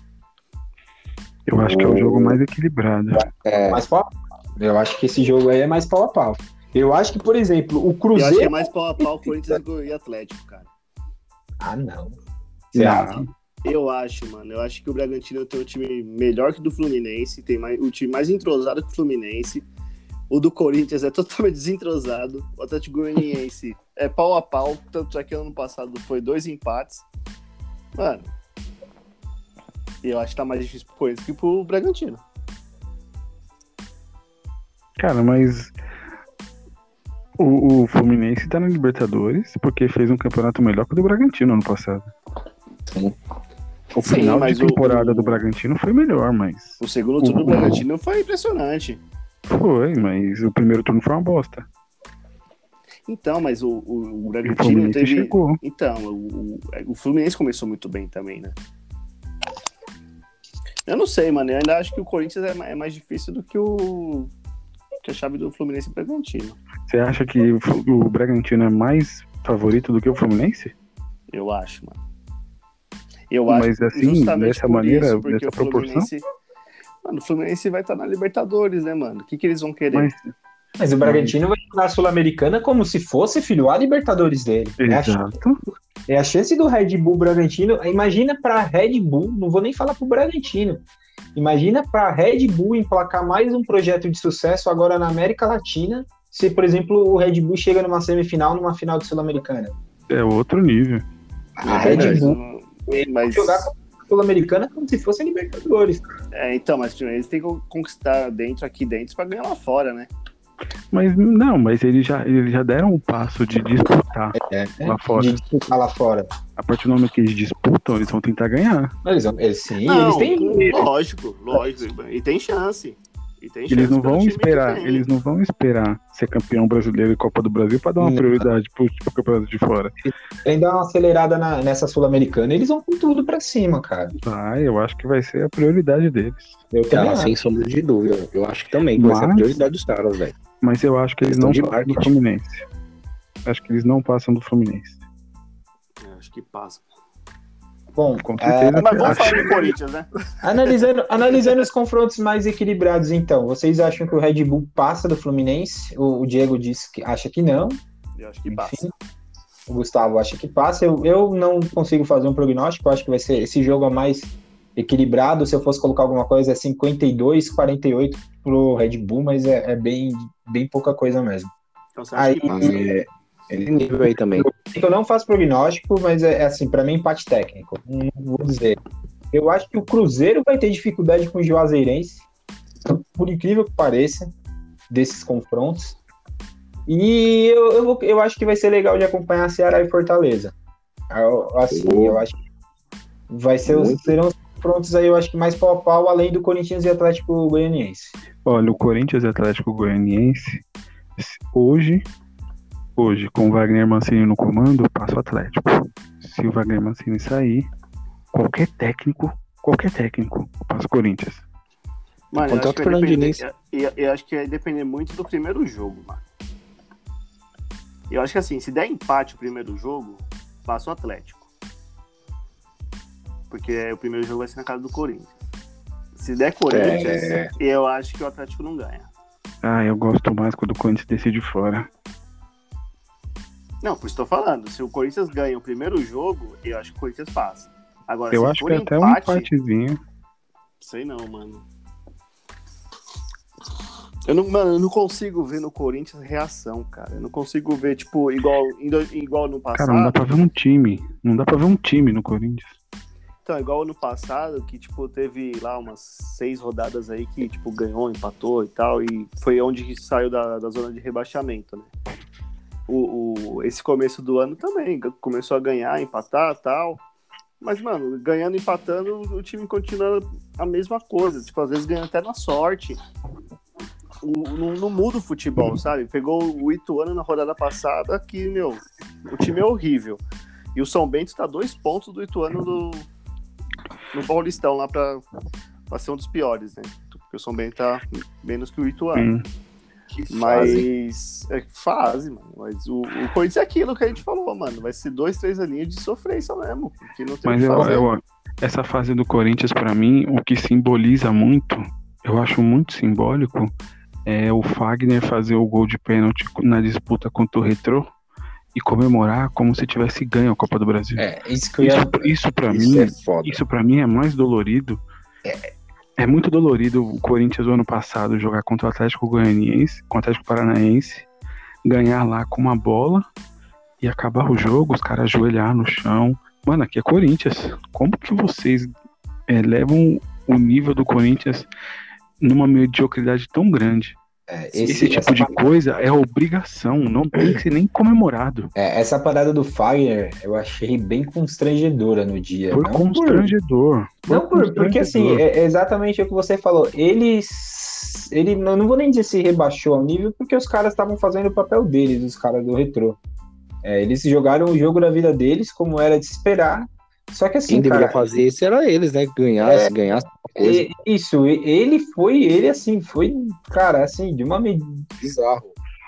Eu acho que é o jogo mais equilibrado. É, Mais pau a pau. Eu acho que esse jogo aí é mais pau a pau. Eu acho que, por exemplo, o Eu acho que é Cruzeiro... mais pau a pau Corinthians e Atlético, cara. Ah, não. Você Não. acha? Eu acho, mano. Eu acho que o Bragantino tem um time melhor que o do Fluminense, tem mais, o time mais entrosado que o Fluminense. O do Corinthians é totalmente desentrosado. O Atlético Goianiense é pau a pau, tanto é que ano passado foi dois empates. Mano, eu acho que tá mais difícil pro Corinthians que pro Bragantino. Cara, mas o, o Fluminense tá na Libertadores porque fez um campeonato melhor que o do Bragantino ano passado. sim. O Sim, final mas de o- temporada o- do Bragantino foi melhor, mas... O segundo turno do O- Bragantino foi impressionante. Foi, mas o primeiro turno foi uma bosta. Então, mas o, o, o E o Bragantino Fluminense teve. chegou. Então, o, o, o Fluminense começou muito bem também, né? Eu não sei, mano. Eu ainda acho que o Corinthians é, ma- é mais difícil do que o. que a chave do Fluminense e Bragantino. Você acha que o Flu- o Bragantino é mais favorito do que o Fluminense? Eu acho, mano. Eu acho Mas assim, justamente dessa por maneira, isso, porque dessa o proporção? Fluminense... Mano, o Fluminense vai estar na Libertadores, né, mano? O que, que eles vão querer? Mas, Mas o Bragantino vai jogar a Sul-Americana como se fosse, filho, a Libertadores dele. É a, exato. é a chance do Red Bull Bragantino. Imagina pra Red Bull, não vou nem falar pro Bragantino. Imagina pra Red Bull emplacar mais um projeto de sucesso agora na América Latina, se, por exemplo, o Red Bull chega numa semifinal, numa final de Sul-Americana. É outro nível. A É, Red mas, Bull mas, jogar com a Sul-Americana como se fosse a Libertadores. é, então, mas primeiro eles têm que conquistar dentro, aqui dentro, pra ganhar lá fora, né? Mas não, mas eles já, eles já deram o passo de disputar É, lá fora. De disputar lá fora. A partir do momento que eles disputam, eles vão tentar ganhar. Eles, eles, sim, Não, eles têm. lógico, lógico. E tem chance. E tem Eles chance não pelo vão time que esperar, tem. eles não vão esperar ser campeão brasileiro e Copa do Brasil para dar uma Não. prioridade pro, pro campeonato de fora. Tem que dar uma acelerada na- nessa Sul-Americana. Eles vão com tudo pra cima, cara. Ah, eu acho que vai ser a prioridade deles. Eu também Ah, acho. sem sombra de dúvida. Eu acho que também que vai ser a Mas- prioridade dos caras, velho. Mas eu acho que eles Questão não de passam do marketing. Fluminense. Acho que eles não passam do Fluminense. Eu acho que passa. Bom, Com é, certeza. Mas vamos acho- falar do Corinthians, né? analisando, analisando os confrontos mais equilibrados, então, vocês acham que o Red Bull passa do Fluminense? O, o Diego disse que acha que não. Eu acho que passa. Enfim, o Gustavo acha que passa. Eu, eu não consigo fazer um prognóstico. Eu acho que vai ser esse jogo é mais equilibrado. Se eu fosse colocar alguma coisa, é cinquenta e dois, quarenta e oito pro Red Bull, mas é, é bem, bem pouca coisa mesmo. Então você acha Aí, que passa? É, esse nível aí também. eu não faço prognóstico, mas é, é assim, para mim, empate técnico. Não vou dizer. Eu acho que o Cruzeiro vai ter dificuldade com o Juazeirense, por incrível que pareça, desses confrontos. E eu, eu, vou- eu acho que vai ser legal de acompanhar Ceará e Fortaleza. Eu- assim, Boa. eu acho que vai ser os, Muito. serão os confrontos aí, eu acho que mais pau a pau, além do Corinthians e Atlético Goianiense. Olha, o Corinthians e Atlético Goianiense, hoje, hoje, com o Wagner Mancini no comando, passa o Atlético. Se o Wagner Mancini sair, qualquer técnico, qualquer técnico, passa o Corinthians. Mano, eu acho, Contrato que vai Fernando depender, Diniz. eu, eu acho que vai depender muito do primeiro jogo, mano. Eu acho que assim, se der empate o primeiro jogo, passa o Atlético. Porque o primeiro jogo vai ser na casa do Corinthians. Se der Corinthians, É. eu acho que o Atlético não ganha. Ah, eu gosto mais quando o Corinthians decide fora. Não, por isso tô falando. Se o Corinthians ganha o primeiro jogo, eu acho que o Corinthians passa. Agora, Eu se acho for que até um empate, empatezinho. sei não, mano. Eu não, mano, eu não consigo ver no Corinthians reação, cara. Eu não consigo ver, tipo, igual, indo- igual no passado. Cara, não dá pra ver um time. Não dá pra ver um time no Corinthians. Então, igual no passado, que, tipo, teve lá umas seis rodadas aí que, tipo, ganhou, empatou e tal, e foi onde que saiu da, da zona de rebaixamento, né? O, o, esse começo do ano também, começou a ganhar, empatar e tal, mas, mano, ganhando, empatando, o time continua a mesma coisa, tipo, às vezes ganha até na sorte. O, não, não muda o futebol, sabe? Pegou o Ituano na rodada passada, que, meu, o time é horrível. E o São Bento tá dois pontos do Ituano do, no Paulistão, lá pra, pra ser um dos piores, né? Porque o São Bento tá menos que o Ituano. Hum. Que fase. Mas é fase, mano. Mas o, o Corinthians é aquilo que a gente falou, mano. Vai ser dois, três aninhos de sofrência mesmo. Porque não tem o Mas que eu, fazer. eu- essa fase do Corinthians, pra mim, o que simboliza muito, eu acho muito simbólico, é o Fagner fazer o gol de pênalti na disputa contra o Retrô e comemorar como se tivesse ganho a Copa do Brasil. É, isso que eu ia... Isso, isso para Isso mim, é foda. isso para mim é mais dolorido. É muito dolorido o Corinthians do ano passado jogar contra o Atlético Goianiense, contra o Atlético Paranaense, ganhar lá com uma bola e acabar o jogo, os caras ajoelhar no chão. Mano, aqui é Corinthians. Como que vocês é, levam o nível do Corinthians numa mediocridade tão grande? é, Esse, esse- tipo essa de coisa é obrigação, não tem que ser nem comemorado. É, essa parada do Fagner eu achei bem constrangedora no dia. Foi Não por- constrangedor. Foi Não, por- porque assim, constrangedor. é exatamente o que você falou. Eles. Ele, não, não vou nem dizer se rebaixou ao nível, porque os caras estavam fazendo o papel deles, os caras do Retrô. É, eles jogaram o jogo da vida deles, como era de esperar. Só que assim, Quem deveria cara, fazer isso era eles, né? Ganhar, É. se ganhasse alguma coisa. e- isso, e- ele foi, ele assim, foi, cara, assim, de uma medida. Bizarro.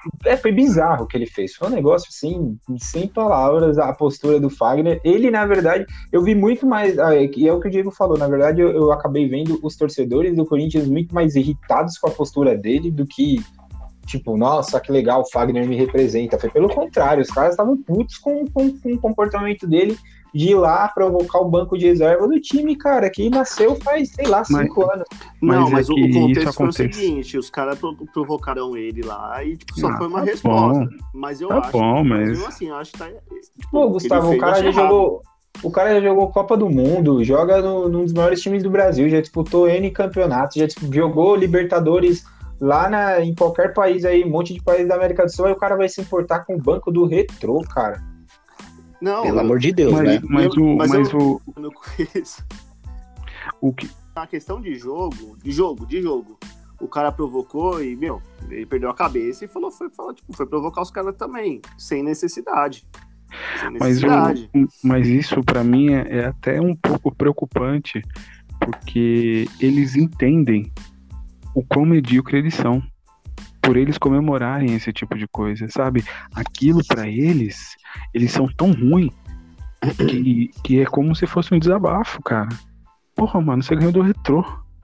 é, foi bizarro o que ele fez. Foi um negócio, assim, sem palavras, a postura do Fagner. Ele, na verdade, eu vi muito mais, e é o que o Diego falou, na verdade, eu, eu acabei vendo os torcedores do Corinthians muito mais irritados com a postura dele do que, tipo, nossa, que legal, o Fagner me representa. Foi pelo contrário, os caras estavam putos com, com, com o comportamento dele de ir lá provocar o banco de reserva do time, cara, que nasceu faz, sei lá, cinco mas, anos. Não, mas, mas é o, que o contexto isso foi o acontece. seguinte, os caras provocaram ele lá e tipo, só Ah, foi uma tá resposta. bom. Mas eu Tá acho, bom, mas- mesmo assim, eu acho que tá... Tipo, Pô, que Gustavo, ele o cara já fez, eu acho jogou. O cara já jogou Copa do Mundo, joga no, num dos maiores times do Brasil, já disputou N campeonatos, já disp- jogou Libertadores lá na, em qualquer país aí, um monte de país da América do Sul, aí o cara vai se importar com o banco do Retrô, cara. Não, Pelo eu- amor de Deus, Mas, né? mas, Eu- o, mas mas eu- o, eu não conheço. o que. A questão de jogo, de jogo, de jogo. O cara provocou e, meu, ele perdeu a cabeça e falou, foi, falou, tipo, foi provocar os caras também, sem necessidade. Sem Mas, o, necessidade. mas isso pra mim é, é até um pouco preocupante, porque eles entendem o quão medíocre eles são. Por eles comemorarem esse tipo de coisa, sabe? Aquilo pra eles, eles são tão ruins que, que é como se fosse um desabafo, cara. Porra, mano, você ganhou do Retrô.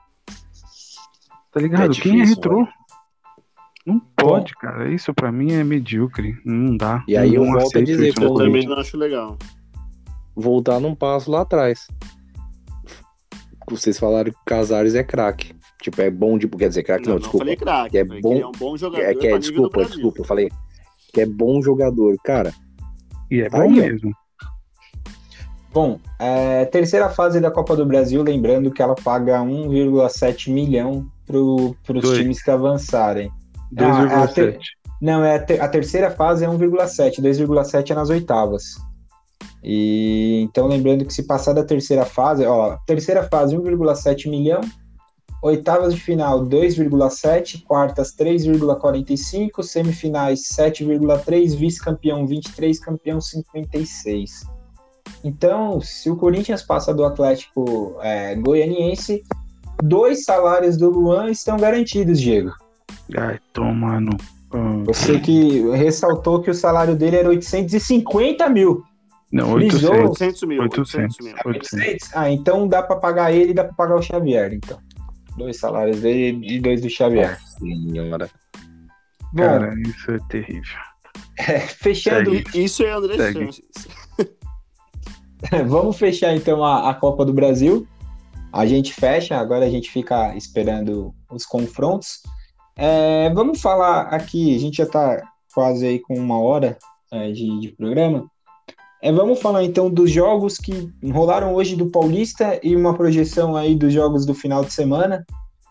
Tá ligado? É Quem é difícil, Retrô? Não pode, cara. Isso pra mim é medíocre. Não dá. E aí eu não volto a aceito dizer, isso no Eu pô, também Corinthians. não acho legal. Voltar num passo lá atrás. Vocês falaram que o Casares é craque. Tipo, é bom de. Quer dizer, craque Não, não, não desculpa. falei craque, É falei bom- que ele é um bom jogador É que é, pra nível do desculpa, Brasil. desculpa, eu falei que é bom jogador. Cara, E é Tá bom aí, ó. mesmo. Bom, é, terceira fase da Copa do Brasil, lembrando que ela paga um vírgula sete milhão para os Dois. times que avançarem. dois Ah, vírgula é a ter- sete. Não, é a, ter- a terceira fase é um vírgula sete, dois vírgula sete é nas oitavas. E então lembrando que se passar da terceira fase, ó, terceira fase um vírgula sete milhão, oitavas de final dois vírgula sete, quartas três vírgula quarenta e cinco, semifinais sete vírgula três, vice-campeão vinte e três, campeão cinquenta e seis. Então, se o Corinthians passa do Atlético é, Goianiense, dois salários do Luan estão garantidos, Diego. Ai, toma no. ah, Você que ressaltou que o salário dele era oitocentos e cinquenta mil. Não, Frisou. oitocentos. oitocentos mil. oitocentos. oitocentos mil. oitocentos. Ah, então dá para pagar ele e dá para pagar o Xavier, então. Dois salários dele e dois do Xavier. senhora. Bom, Cara, isso é terrível. é, fechando, segue. Isso é André Segue. Sanches. vamos fechar então a, a Copa do Brasil. A gente fecha, agora a gente fica esperando os confrontos. É, vamos falar aqui, a gente já está quase aí com uma hora é, de, de programa. É, vamos falar então dos jogos que rolaram hoje do Paulista e uma projeção aí dos jogos do final de semana.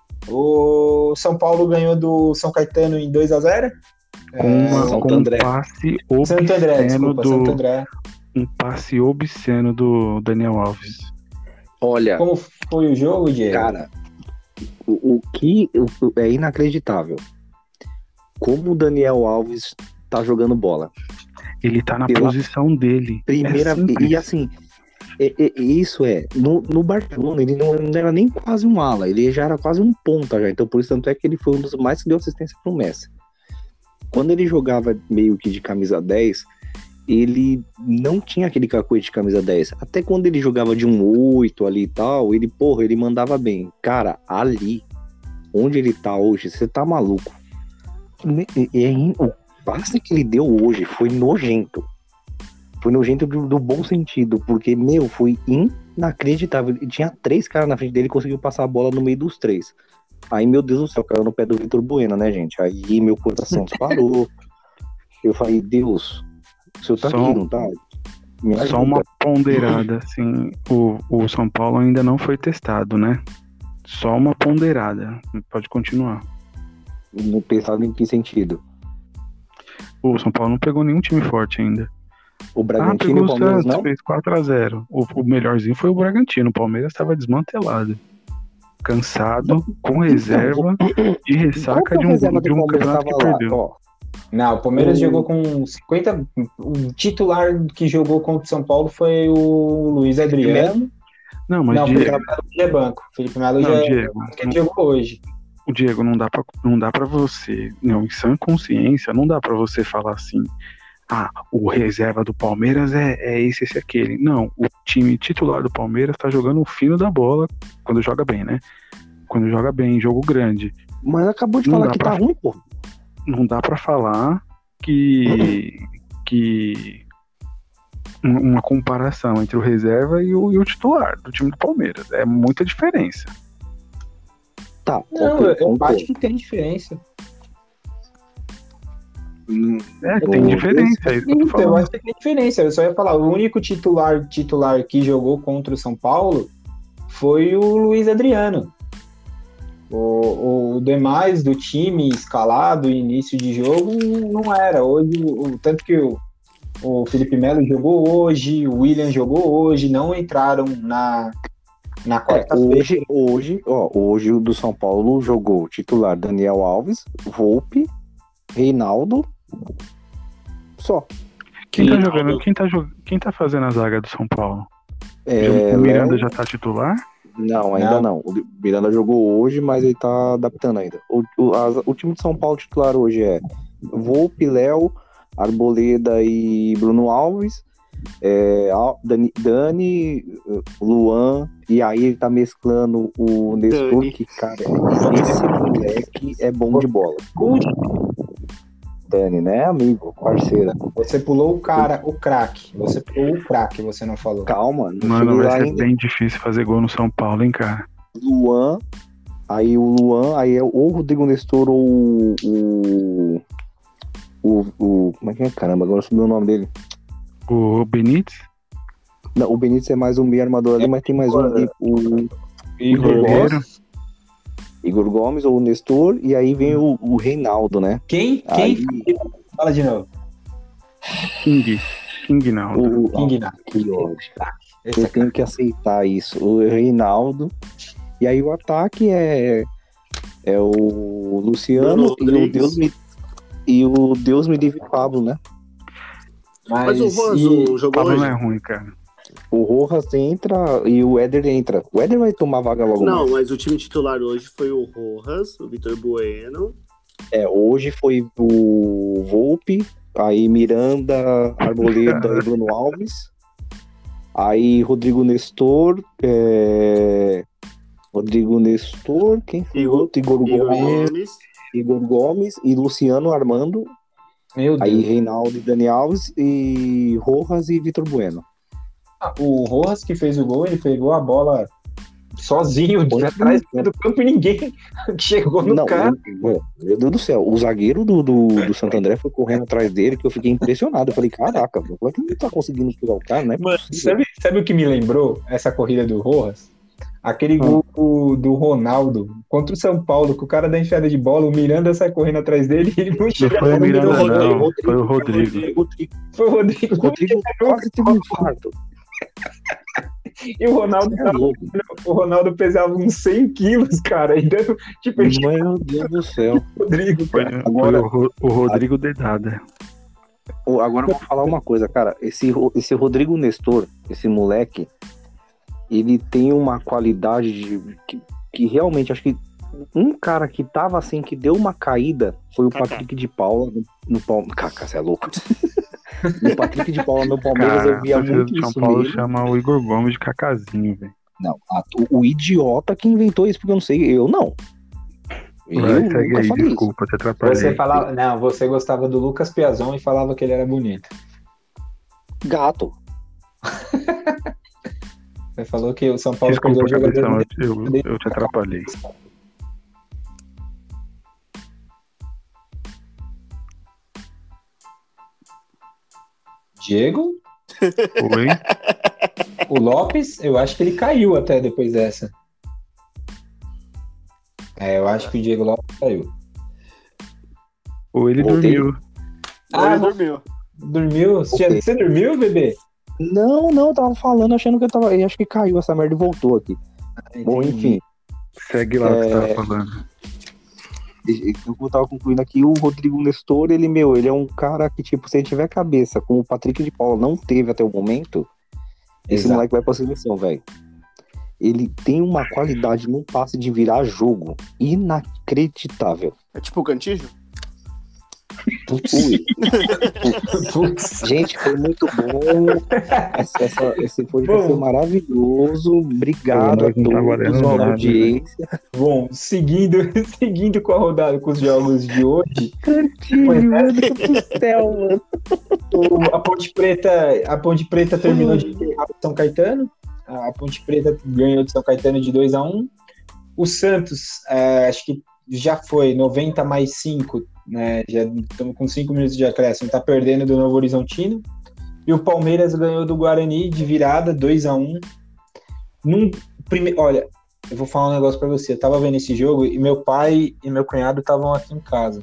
O São Paulo ganhou do São Caetano em dois a zero. Com, uma, Santo com um André. passe Santo André, obsceno desculpa, do. Santo André. Um passe obsceno do Daniel Alves. Olha, Como foi o jogo, Diego? cara, o, o que o- é inacreditável. Como o Daniel Alves tá jogando bola. Ele tá na Pela posição dele. Primeira É simples. e assim, é- é- isso é, no, no Barcelona ele não, não era nem quase um ala, ele já era quase um ponta já, então por isso tanto é que ele foi um dos mais que deu assistência pro Messi. Quando ele jogava meio que de camisa dez, ele não tinha aquele cacuete de camisa dez. Até quando ele jogava de um oito ali e tal, ele, porra, ele mandava bem. Cara, ali, onde ele tá hoje, você tá maluco. É, é, o passe que ele deu hoje foi nojento. Foi nojento do, do bom sentido, porque, meu, foi inacreditável. E tinha três caras na frente dele e conseguiu passar a bola no meio dos três. Aí, meu Deus do céu, caiu no pé do Vitor Bueno, né, gente? Aí meu coração disparou. Eu falei, Deus, o senhor tá Só- aqui, não tá? Me Só ajuda. uma ponderada, assim, o, o São Paulo ainda não foi testado, né? Só uma ponderada. Pode continuar. Não pensava em que sentido. O São Paulo não pegou nenhum time forte ainda. O Ah, Bragantino e pegou o o Palmeiras Santos, não? fez quatro a zero. O, o melhorzinho foi o Bragantino. O Palmeiras estava desmantelado. Cansado, com reserva e ressaca Qual que é de a um, reserva de do um Palmeiras campeonato que tava lá? perdeu. Ó, Não, o Palmeiras O- jogou com cinquenta. O titular que jogou contra o São Paulo foi o Luiz Adriano. Não, mas Não, Diego, Felipe Melo já é banco. Felipe Melo não, já é Diego, que ele jogou hoje. o Diego, não dá pra, não dá pra você, não, em sã consciência, não dá pra você falar assim, ah, o reserva do Palmeiras é, é esse, esse, aquele. Não, o time titular do Palmeiras tá jogando o fino da bola, quando joga bem, né? Quando joga bem, jogo grande. Mas acabou de Não falar dá que pra- tá ruim, pô. Não dá pra falar que, que um- uma comparação entre o reserva e o, e o titular do time do Palmeiras. É muita diferença. Tá, Não, ok, eu, eu concordo. acho que tem diferença. Hum, É, tem o- diferença, é isso que eu tô Então, eu falando. acho que tem diferença. Eu só ia falar, o único titular titular que jogou contra o São Paulo foi o Luiz Adriano. O, o demais do time escalado, início de jogo, não era. Hoje, o, tanto que o, o Felipe Melo jogou hoje, o William jogou hoje, não entraram na, na É, quarta-feira. hoje, hoje, ó, hoje o do São Paulo jogou o titular Daniel Alves, Volpe, Reinaldo, só. Quem tá Reinaldo. jogando, quem tá, jog- quem tá fazendo a zaga do São Paulo? É, o Miranda Léo- já tá titular? Não, ainda não. O Miranda jogou hoje, mas ele tá adaptando ainda. O, o, as- o time de São Paulo titular hoje é Volpe, Léo, Arboleda e Bruno Alves, é, Al- Dani, Dani, Luan, e aí ele tá mesclando o Nestor, Dani. que, cara, esse moleque é bom de bola. Dani, né, amigo, parceira. Você pulou o cara, o craque. Você pulou o craque, você não falou. Calma, não Mano, cheguei vai lá ser ainda. bem difícil fazer gol no São Paulo, hein, cara? Luan, aí o Luan, aí é ou o Rodrigo Nestor ou o, o, o. Como é que é? Caramba, agora subiu o nome dele. O Benítez? Não, o Benítez é mais um meio armador ali, mas tem mais um ali, o Igor Guerreiro. Gomes. Igor Gomes ou o Nestor, e aí vem o, o Reinaldo, né? Quem? Quem? Aí, Fala de novo. King. King não. o, King não. que ódio. Esse Eu é tenho que aceitar isso. O Reinaldo. E aí o ataque é, é o Luciano Bruno e o Rodrigues. Deus me e o Deus me livre Pablo, né? Mas o e- Roso O jogou Pablo hoje? não é ruim, cara. O Rojas entra e o Éder entra. O Éder vai tomar vaga logo Não, mais. mas o time titular hoje foi o Rojas, o Vitor Bueno. É, hoje foi o Volpe, aí Miranda, Arboleda e Bruno Alves. Aí Rodrigo Nestor, é... Rodrigo Nestor, quem foi o Igor- outro? Igor, Igor Gomes, Gomes. Igor Gomes e Luciano Armando. Meu Deus. Aí Reinaldo e Dani Alves e Rojas e Vitor Bueno. Ah, o Rojas que fez o gol, ele pegou a bola sozinho de Foi atrás assim, do campo e ninguém chegou no Não, cara. meu meu Deus do céu, o zagueiro do, do, do Santo André foi correndo atrás dele, que eu fiquei impressionado. Eu falei, caraca, como é que não tá conseguindo pegar o cara, né? Mano, sabe, sabe o que me lembrou essa corrida do Rojas? Aquele gol do- do Ronaldo contra o São Paulo, que o cara dá enfiada de bola, o Miranda sai correndo atrás dele e ele não Não chega foi o no Miranda, Rodrigo. não. Foi o Rodrigo. Rodrigo, Foi o Rodrigo. Rodrigo quase teve um infarto. E o Ronaldo, É tava- louco. o Ronaldo pesava uns cem quilos, cara, e dando, tipo, ele tinha Meu Deus do céu. o Rodrigo, Foi, cara. foi Agora- o, Ro- o Rodrigo Dedada. Ô, Agora eu vou falar uma coisa, cara. Esse, Ro- esse Rodrigo Nestor, esse moleque, ele tem uma qualidade de, que, que realmente, acho que um cara que tava assim, que deu uma caída, foi o Kaká. Patrick de Paula no, no Palmeiras. Kaká, você é louco. No Patrick de Paula no Palmeiras Cara, eu via a torcida muito do São isso Paulo nele. chama o Igor Gomes de Cacazinho, velho. Não, a- o, o idiota que inventou isso, porque eu não sei, eu não. Eu Vai, segue nunca aí, falei isso. desculpa, te atrapalhei. Você falava, não, você gostava do Lucas Piazon e falava que ele era bonito. Gato. Você falou que o São Paulo Desculpa, perdeu o cabeção, jogador. eu, eu, eu te atrapalhei. Diego, Oi? o Lopes, eu acho que ele caiu até depois dessa. É, eu acho que o Diego Lopes caiu. Ou ele Voltei. dormiu. Ah, Ele dormiu. dormiu? Você, Ok. você dormiu, bebê? Não, não, eu tava falando, achando que eu tava. Eu acho que caiu essa merda e voltou aqui. Bom, enfim. Segue lá o que você É. tava falando. Eu tava concluindo aqui, o Rodrigo Nestor, ele, meu, ele é um cara que, tipo, se ele tiver cabeça, como o Patrick de Paula não teve até o momento, esse Exato. moleque vai pra seleção, velho. ele tem uma qualidade num passe de virar jogo inacreditável. É tipo o Cantígio? Putz, ui. Putz. Gente, foi muito bom. Essa, essa, esse podcast foi maravilhoso. Obrigado a todos pela audiência. Bom, seguindo, seguindo com a rodada, com os jogos de hoje. Cantinho, meu Deus do céu, mano. O, a Ponte Preta, a Ponte Preta terminou de ganhar o São Caetano. A Ponte Preta ganhou de São Caetano de dois a um. O Santos, é, acho que já foi noventa mais cinco, né? Já estamos com cinco minutos de acréscimo, está perdendo do Novo Horizontino. E o Palmeiras ganhou do Guarani de virada, dois a um. Num prime... Olha, eu vou falar um negócio para você. Eu tava vendo esse jogo e meu pai e meu cunhado estavam aqui em casa.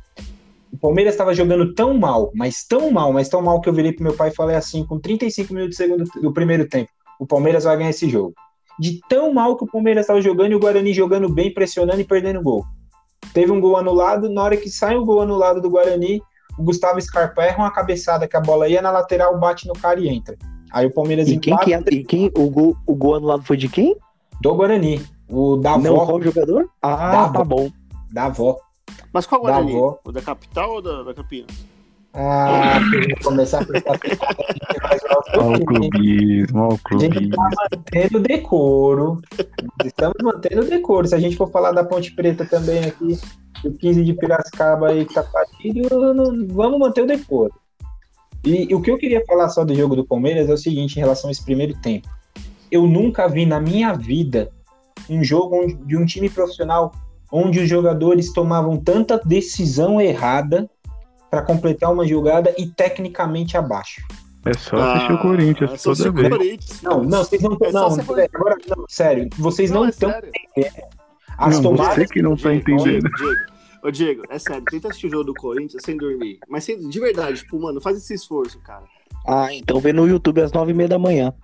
O Palmeiras estava jogando tão mal, mas tão mal, mas tão mal que eu virei pro meu pai e falei assim, com trinta e cinco minutos do, segundo, do primeiro tempo, o Palmeiras vai ganhar esse jogo. De tão mal que o Palmeiras estava jogando e o Guarani jogando bem, pressionando e perdendo gol. Teve um gol anulado, na hora que sai o gol anulado do Guarani, o Gustavo Scarpa erra uma cabeçada que a bola ia na lateral, bate no cara e entra. Aí o Palmeiras e quem, empata... que, e quem o gol, o gol anulado foi de quem? Do Guarani. O da Não, avó. qual o jogador? Ah, da tá avó. bom. Da avó. Mas qual Guarani? Da avó. O da capital ou da, da Campinas? Ah, vou começar a prestar atenção. Olha o clubismo, olha o A gente clubismo. está mantendo decoro. Estamos mantendo decoro. Se a gente for falar da Ponte Preta também aqui, o quinze de Piracicaba aí que tá partido, não, vamos manter o decoro. E, e o que eu queria falar só do jogo do Palmeiras é o seguinte, em relação a esse primeiro tempo. Eu nunca vi na minha vida um jogo onde, de um time profissional onde os jogadores tomavam tanta decisão errada para completar uma jogada e tecnicamente abaixo. É só assistir ah, o Corinthians é só toda vez. Corinthians. Não, não, vocês não estão. É não, ser... agora, não, sério, vocês não estão é entendendo. As não, tomadas. você que não tá entendendo. Diego, ô Diego, é sério, tenta assistir o jogo do Corinthians sem dormir. Mas sem, de verdade, tipo, mano, faz esse esforço, cara. Ah, então vê no YouTube às nove e meia da manhã.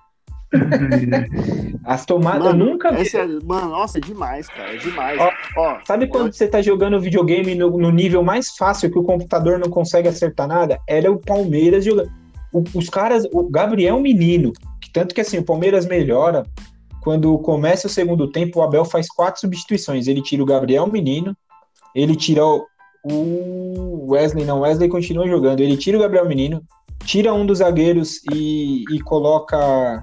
As tomadas, mano, eu nunca vi. É sério, mano, nossa, é demais, cara, é demais. Ó, ó, sabe quando ó, você tá jogando videogame no, no nível mais fácil que o computador não consegue acertar nada? Era o Palmeiras jogando. O, os caras, o Gabriel Menino, que tanto que assim, o Palmeiras melhora quando começa o segundo tempo, o Abel faz quatro substituições. Ele tira o Gabriel Menino, ele tira o, o Wesley, não, o Wesley continua jogando. Ele tira o Gabriel Menino, tira um dos zagueiros e, e coloca.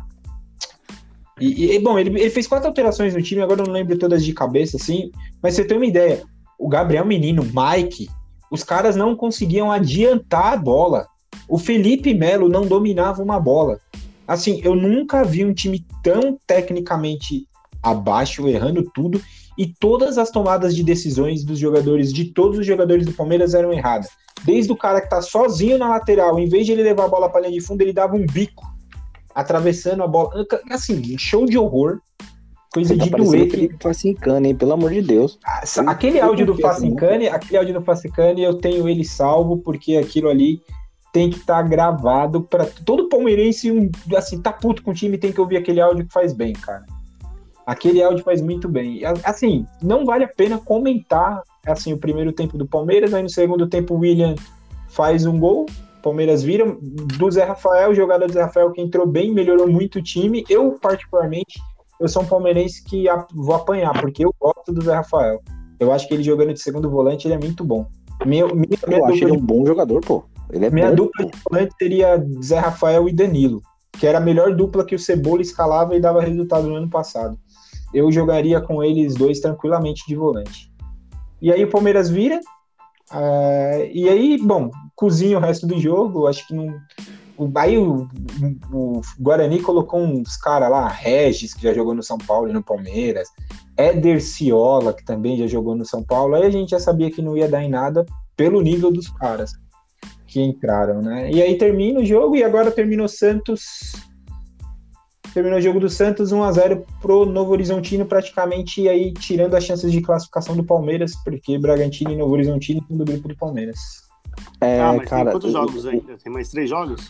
E, e, bom, ele, ele fez quatro alterações no time, agora eu não lembro todas de cabeça, assim, mas você tem uma ideia, o Gabriel Menino, Mike, os caras não conseguiam adiantar a bola, o Felipe Melo não dominava uma bola, assim, eu nunca vi um time tão tecnicamente abaixo, errando tudo, e todas as tomadas de decisões dos jogadores, de todos os jogadores do Palmeiras eram erradas, desde o cara que tá sozinho na lateral, em vez de ele levar a bola pra linha de fundo, ele dava um bico, atravessando a bola, assim, show de horror, coisa tá de doer. Que... Facincane, hein, pelo amor de Deus. Aquele áudio do Facincane, aquele áudio do Facincane, eu tenho ele salvo, porque aquilo ali tem que estar tá gravado para todo palmeirense, um, assim, tá puto com o time, tem que ouvir aquele áudio que faz bem, cara. Aquele áudio faz muito bem. Assim, não vale a pena comentar, assim, o primeiro tempo do Palmeiras, aí no segundo tempo o William faz um gol, Palmeiras vira, do Zé Rafael, jogada do Zé Rafael que entrou bem, melhorou muito o time. Eu, particularmente, eu sou um palmeirense que a, vou apanhar, porque eu gosto do Zé Rafael. Eu acho que ele jogando de segundo volante, ele é muito bom. Minha, minha, minha eu acho ele um de, bom jogador, pô. Ele é minha bom, dupla pô. de volante seria Zé Rafael e Danilo, que era a melhor dupla que o Cebola escalava e dava resultado no ano passado. Eu jogaria com eles dois tranquilamente de volante. E aí o Palmeiras vira, Uh, e aí, bom, cozinha o resto do jogo, acho que não. O, aí o, o, o Guarani colocou uns caras lá, Regis, que já jogou no São Paulo e no Palmeiras, Éder Ciola, que também já jogou no São Paulo, aí a gente já sabia que não ia dar em nada pelo nível dos caras que entraram, né? E aí termina o jogo, e agora terminou Santos. Terminou o jogo do Santos um a zero pro Novo Horizontino, praticamente, e aí tirando as chances de classificação do Palmeiras, porque Bragantino e Novo Horizontino estão do grupo do Palmeiras. É, ah, mas cara, tem quantos o, jogos ainda? Tem mais três jogos?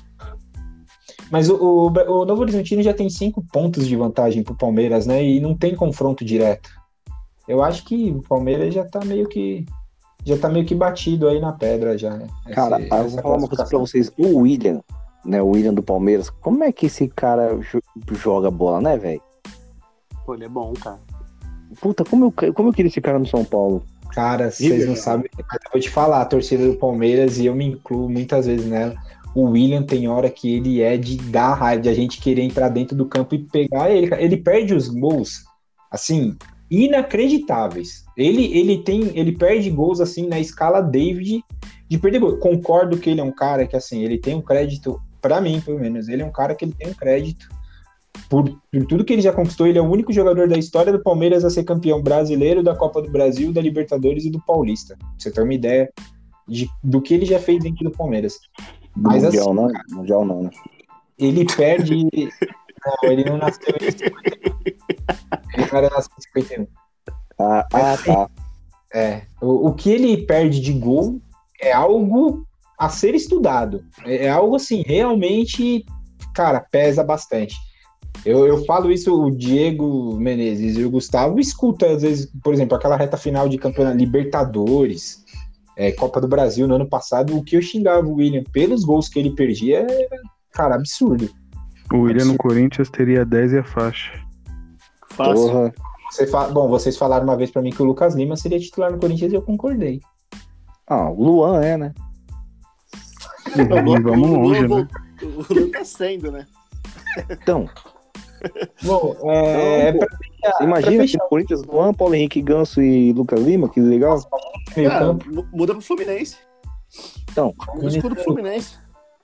Mas o, o, o Novo Horizontino já tem cinco pontos de vantagem pro Palmeiras, né? E não tem confronto direto. Eu acho que o Palmeiras já tá meio que já tá meio que batido aí na pedra já, né? Esse, cara, eu vou falar uma coisa pra vocês. O William, né, o William do Palmeiras, como é que esse cara joga bola, né, velho? Pô, ele é bom, cara. Puta, como eu, como eu queria esse cara no São Paulo. Cara, vocês não sabem, mas eu vou te falar, a torcida do Palmeiras, e eu me incluo muitas vezes nela, o William tem hora que ele é de dar raiva, de a gente querer entrar dentro do campo e pegar ele. Ele perde os gols, assim, inacreditáveis. Ele, ele tem, ele perde gols, assim, na escala David de perder gol. Concordo que ele é um cara que, assim, ele tem um crédito, pra mim, pelo menos, ele é um cara que ele tem um crédito Por, por tudo que ele já conquistou. Ele é o único jogador da história do Palmeiras a ser campeão brasileiro, da Copa do Brasil, da Libertadores e do Paulista. Pra você ter uma ideia de, do que ele já fez dentro do Palmeiras. Mas Mundial, assim, não, cara, mundial não, né? ele perde... Não, ele não nasceu em cinquenta e um. Ele não era nascido em cinquenta e um. Ah, ah tá. É, o, o que ele perde de gol é algo a ser estudado. É, é algo assim, realmente, cara, pesa bastante. Eu, eu falo isso, o Diego Menezes e o Gustavo escuta, às vezes, por exemplo, aquela reta final de campeonato Libertadores, é, Copa do Brasil no ano passado, o que eu xingava o William pelos gols que ele perdia é, cara, absurdo. O William absurdo. no Corinthians teria dez e a faixa. Fácil. Porra. Você fa... Bom, vocês falaram uma vez pra mim que o Lucas Lima seria titular no Corinthians e eu concordei. Ah, o Luan é, né? Não, Vamos o Luan longe, né? voltou- O Luan tá sendo, né? Então, Bom, é, Não, pô. pra fechar, você imagina pra que fechar no Corinthians, Luan, Paulo Henrique Ganso e Lucas Lima, que legal. o meio Cara, campo, mu- muda pro Fluminense. Então, Muda o escudo pro Fluminense.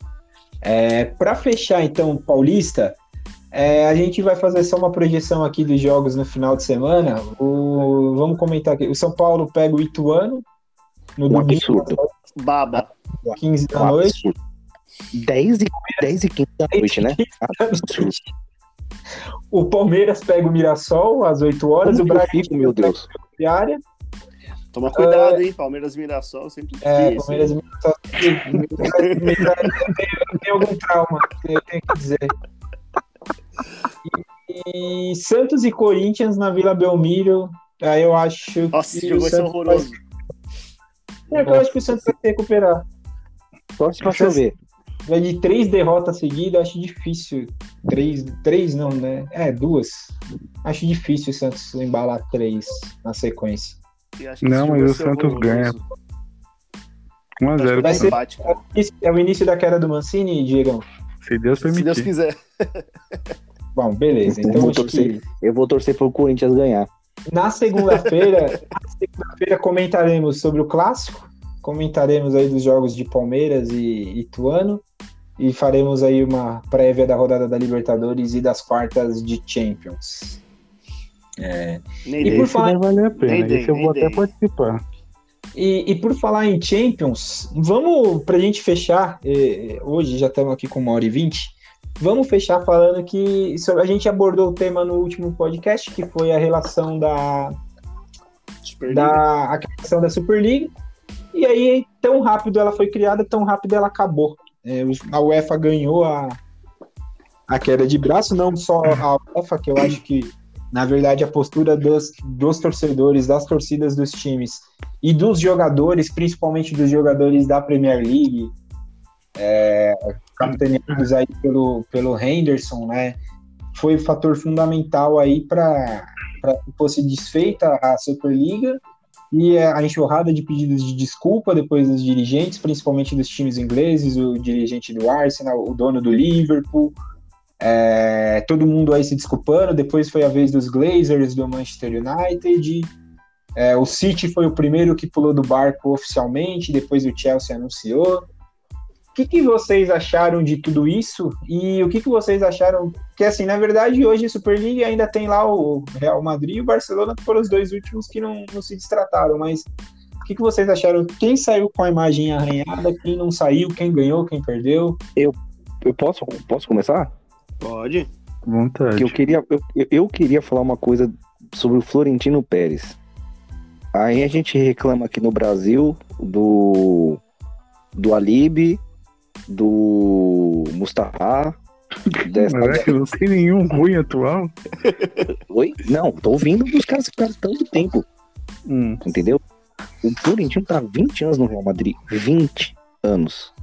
é, pra fechar então o Paulista, é, a gente vai fazer só uma projeção aqui dos jogos no final de semana. O, vamos comentar aqui. O São Paulo pega o Ituano no um domingo, absurdo. Baba. quinze da Um noite. absurdo. dez e, dez e quinze da noite, né? Absurdo. O Palmeiras pega o Mirassol às oito horas. Como o que eu Bragantino fico, meu Deus? pega a área. Toma cuidado, hein? Palmeiras e Mirassol sempre É, difícil. Palmeiras e Mirassol. me traz- me traz- Eu tenho- eu tenho algum trauma, eu tenho que dizer. E, e Santos e Corinthians na Vila Belmiro. Aí eu acho Nossa, que esse jogo o vai ser Santos horroroso. vai... É, eu acho que o Santos vai se recuperar. Torce pra chover. Vai de três derrotas seguidas, acho difícil. Três, três não, né? É, duas. Acho difícil o Santos embalar três na sequência. E acho que Não, esse jogo mas vai o ser Santos horroroso. ganha. um a Acho que zero vai Vai ser ser- empate, cara. Esse é o início da queda do Mancini, Diegão? Se Deus Se Deus permitir. quiser. Bom, beleza. Eu Então vou acho torcer. que Eu vou torcer pro Corinthians ganhar. na segunda-feira, na segunda-feira comentaremos sobre o clássico, comentaremos aí dos jogos de Palmeiras e Ituano e faremos aí uma prévia da rodada da Libertadores e das quartas de Champions. Nem E dei. por Esse falar- vai valer a pena. Nem dei, Esse eu nem vou até dei. participar. E, e por falar em Champions, vamos, pra gente fechar, eh, hoje já estamos aqui com uma hora e vinte, vamos fechar falando que sobre- a gente abordou o tema no último podcast, que foi a relação da, Superliga. da a criação da Superliga, e aí tão rápido ela foi criada, tão rápido ela acabou. É, os- a UEFA ganhou a, a queda de braço, não só a UEFA, que eu acho que, na verdade, a postura dos, dos torcedores, das torcidas dos times e dos jogadores, principalmente dos jogadores da Premier League, é, capitaneados aí pelo, pelo Henderson, né, foi o fator fundamental aí para que fosse desfeita a Superliga e a enxurrada de pedidos de desculpa depois dos dirigentes, principalmente dos times ingleses, o dirigente do Arsenal, o dono do Liverpool, é, todo mundo aí se desculpando. Depois foi a vez dos Glazers, do Manchester United, é, o City foi o primeiro que pulou do barco oficialmente, depois o Chelsea anunciou. O que, que vocês acharam de tudo isso? E o que, que vocês acharam? Que, assim, na verdade, hoje a Superliga ainda tem lá o Real Madrid e o Barcelona, que foram os dois últimos que não, não se destrataram. Mas o que, que vocês acharam? Quem saiu com a imagem arranhada? Quem não saiu? Quem ganhou? Quem perdeu? Eu posso, posso começar? Pode. Vontade. Que eu queria, eu, eu queria falar uma coisa sobre o Florentino Pérez. Aí a gente reclama aqui no Brasil do do Alib, do Mustafa, dessa... Mas é que não tem nenhum ruim atual. Oi? Não, tô ouvindo dos caras que ficaram tanto tempo, Hum. entendeu? O Florentino tá há vinte anos no Real Madrid. vinte anos.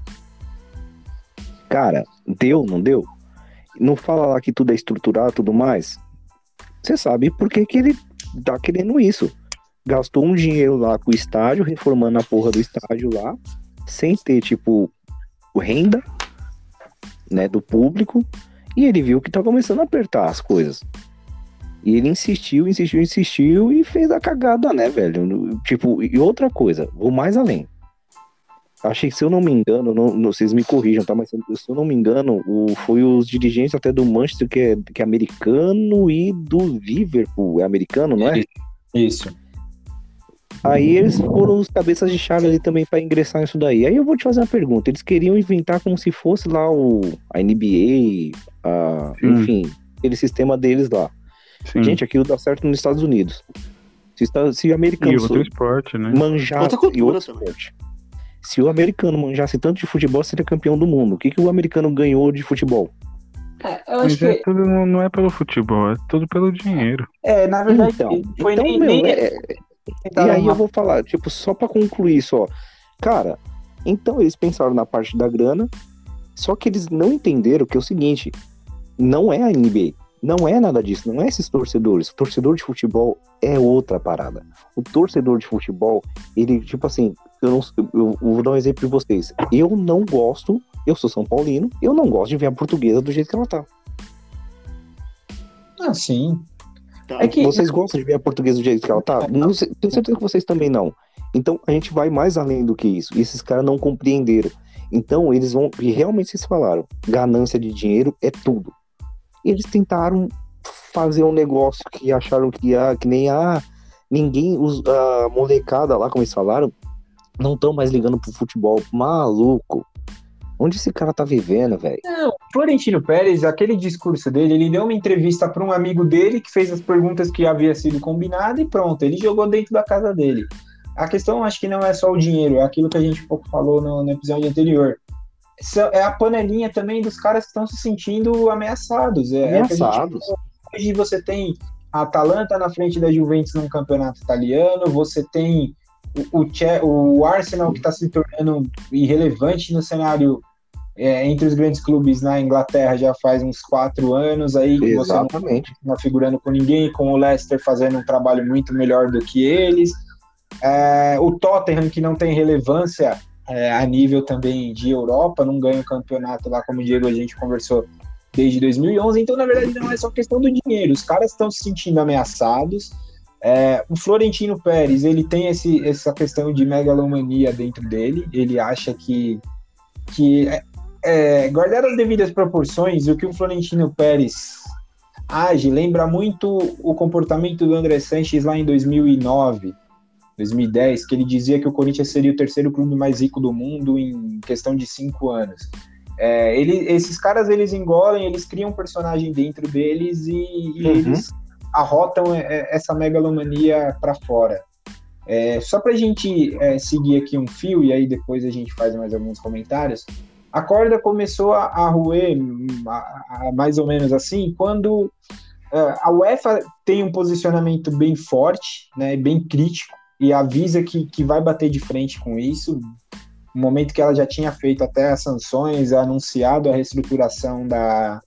Cara, deu, não deu? Não fala lá que tudo é estruturado e tudo mais. Você sabe por que, que ele tá querendo isso. Gastou um dinheiro lá com o estádio, reformando a porra do estádio lá, sem ter, tipo, renda, né, do público, e ele viu que tá começando a apertar as coisas. E ele insistiu, insistiu, insistiu e fez a cagada, né, velho? Tipo, e outra coisa, vou mais além. Achei que, se eu não me engano, não, não, vocês me corrijam, tá? Mas se eu não me engano, o, foi os dirigentes até do Manchester, que é, que é americano, e do Liverpool, é americano, não é? Isso. Aí eles foram os cabeças de chave ali também pra ingressar nisso daí. Aí eu vou te fazer uma pergunta. Eles queriam inventar como se fosse lá o, a N B A, a, enfim, aquele sistema deles lá. Sim. Gente, aquilo dá certo nos Estados Unidos. Se, está, se o americano E outro esporte, né? manjar Outra cultura e outro também. esporte. Se o americano manjasse tanto de futebol, seria campeão do mundo. O que, que o americano ganhou de futebol? É, eu Mas acho é que, tudo, não não é pelo futebol, é tudo pelo dinheiro. é, na verdade, Então, foi então nem, meu, nem é- E tentaram aí uma- eu vou falar, tipo, só pra concluir só. Cara, então eles pensaram na parte da grana, só que eles não entenderam que é o seguinte, não é a N B A, não é nada disso, não é esses torcedores. O torcedor de futebol é outra parada. O torcedor de futebol, ele, tipo assim, eu, não, eu, eu vou dar um exemplo de vocês. Eu não gosto, eu sou São Paulino, eu não gosto de ver a portuguesa do jeito que ela tá. Ah, sim. Tá. É que Vocês gostam de ver a portuguesa do jeito que ela tá? Não sei- tenho certeza que vocês também não. Então a gente vai mais além do que isso. E esses caras não compreenderam. Então eles vão. E realmente vocês falaram: ganância de dinheiro é tudo. E eles tentaram fazer um negócio que acharam que, ah, que nem ah, ninguém. Os, a molecada lá, como eles falaram, não estão mais ligando pro futebol. Maluco. Onde esse cara tá vivendo, velho? Não, o Florentino Pérez, aquele discurso dele, ele deu uma entrevista para um amigo dele que fez as perguntas que havia sido combinado e pronto, ele jogou dentro da casa dele. A questão, acho que não é só o dinheiro, é aquilo que a gente pouco falou no, no episódio anterior. Essa é a panelinha também dos caras que estão se sentindo ameaçados. É, é o que a gente Ameaçados. falou. Hoje você tem a Atalanta na frente da Juventus num campeonato italiano, você tem o, o, Che- o Arsenal que está se tornando irrelevante no cenário é, entre os grandes clubes na Inglaterra já faz uns quatro anos, aí que você não Exatamente. está figurando com ninguém, com o Leicester fazendo um trabalho muito melhor do que eles. É, o Tottenham, que não tem relevância é, a nível também de Europa, não ganha o campeonato lá, como o Diego a gente conversou, desde dois mil e onze. Então, na verdade, não é só questão do dinheiro. Os caras estão se sentindo ameaçados. É, o Florentino Pérez, ele tem esse, essa questão de megalomania dentro dele. Ele acha que, que é, é, guardar as devidas proporções, o que o Florentino Pérez age lembra muito o comportamento do André Sanches lá em dois mil e nove, dois mil e dez, que ele dizia que o Corinthians seria o terceiro clube mais rico do mundo em questão de cinco anos. É, ele, esses caras, eles engolem, eles criam um personagem dentro deles e, e Uhum. eles arrotam essa megalomania para fora. É, só para a gente é, seguir aqui um fio, e aí depois a gente faz mais alguns comentários, a corda começou a, a roer a, a, mais ou menos assim, quando é, a UEFA tem um posicionamento bem forte, né, bem crítico, e avisa que, que vai bater de frente com isso, no momento que ela já tinha feito até as sanções, anunciado a reestruturação da,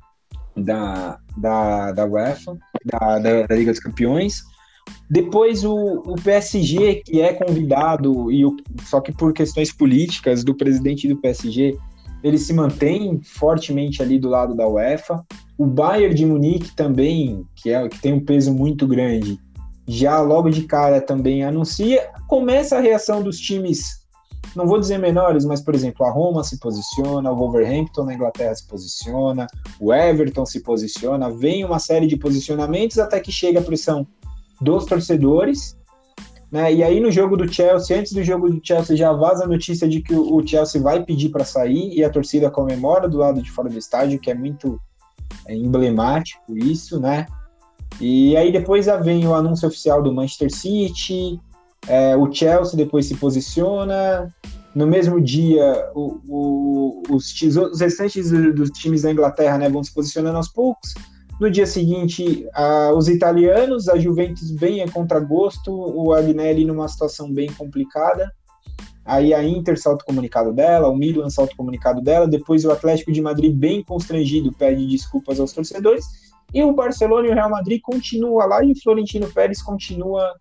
da, da, da UEFA, da, da, da Liga dos Campeões. Depois o, o P S G, que é convidado, e o, só que por questões políticas do presidente do P S G, ele se mantém fortemente ali do lado da UEFA. O Bayern de Munique também, que, é, que tem um peso muito grande, já logo de cara também anuncia. Começa a reação dos times, não vou dizer menores, mas, por exemplo, a Roma se posiciona, o Wolverhampton na Inglaterra se posiciona, o Everton se posiciona, vem uma série de posicionamentos até que chega a pressão dos torcedores, né? E aí no jogo do Chelsea, antes do jogo do Chelsea, já vaza a notícia de que o Chelsea vai pedir para sair e a torcida comemora do lado de fora do estádio, que é muito é, emblemático isso, né? E aí depois vem o anúncio oficial do Manchester City, é, o Chelsea depois se posiciona, no mesmo dia o, o, os, os restantes dos times da Inglaterra, né, vão se posicionando aos poucos. No dia seguinte, a, os italianos, a Juventus bem a contragosto, o Agnelli numa situação bem complicada, aí a Inter solta o comunicado dela, o Milan solta o comunicado dela, depois o Atlético de Madrid bem constrangido pede desculpas aos torcedores, E o Barcelona e o Real Madrid continua lá e o Florentino Pérez continua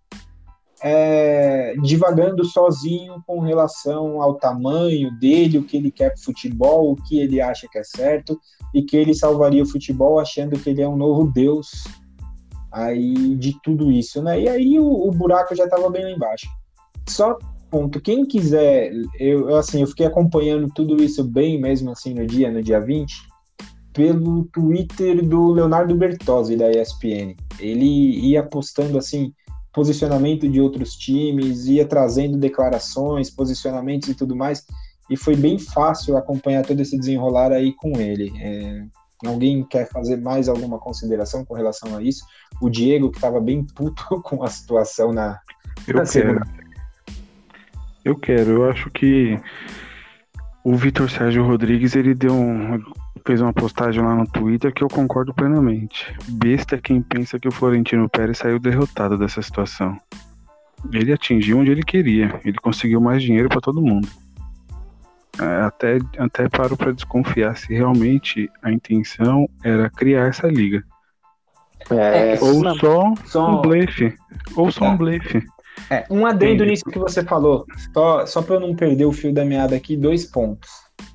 é, divagando sozinho com relação ao tamanho dele, o que ele quer pro futebol, o que ele acha que é certo, e que ele salvaria o futebol achando que ele é um novo deus aí de tudo isso, né? E aí o, o buraco já estava bem lá embaixo. Só ponto, quem quiser, eu assim, eu fiquei acompanhando tudo isso bem mesmo assim no dia, no dia vinte, pelo Twitter do Leonardo Bertozzi, da E S P N. Ele ia postando assim posicionamento de outros times, ia trazendo declarações, posicionamentos e tudo mais, e foi bem fácil acompanhar todo esse desenrolar aí com ele. É, alguém quer fazer mais alguma consideração com relação a isso? O Diego, que estava bem puto com a situação na, Eu na quero. segunda. Eu quero, eu acho que o Vitor Sérgio Rodrigues, ele deu um, fez uma postagem lá no Twitter que eu concordo plenamente. Besta é quem pensa que o Florentino Pérez saiu derrotado dessa situação. Ele atingiu onde ele queria, ele conseguiu mais dinheiro para todo mundo. Até, até paro para desconfiar se realmente a intenção era criar essa liga. É, Ou não, só, só- um blefe. Ou só Tá. um blefe. É, um adendo Entendi. nisso que você falou, só, só para eu não perder o fio da meada aqui, dois pontos.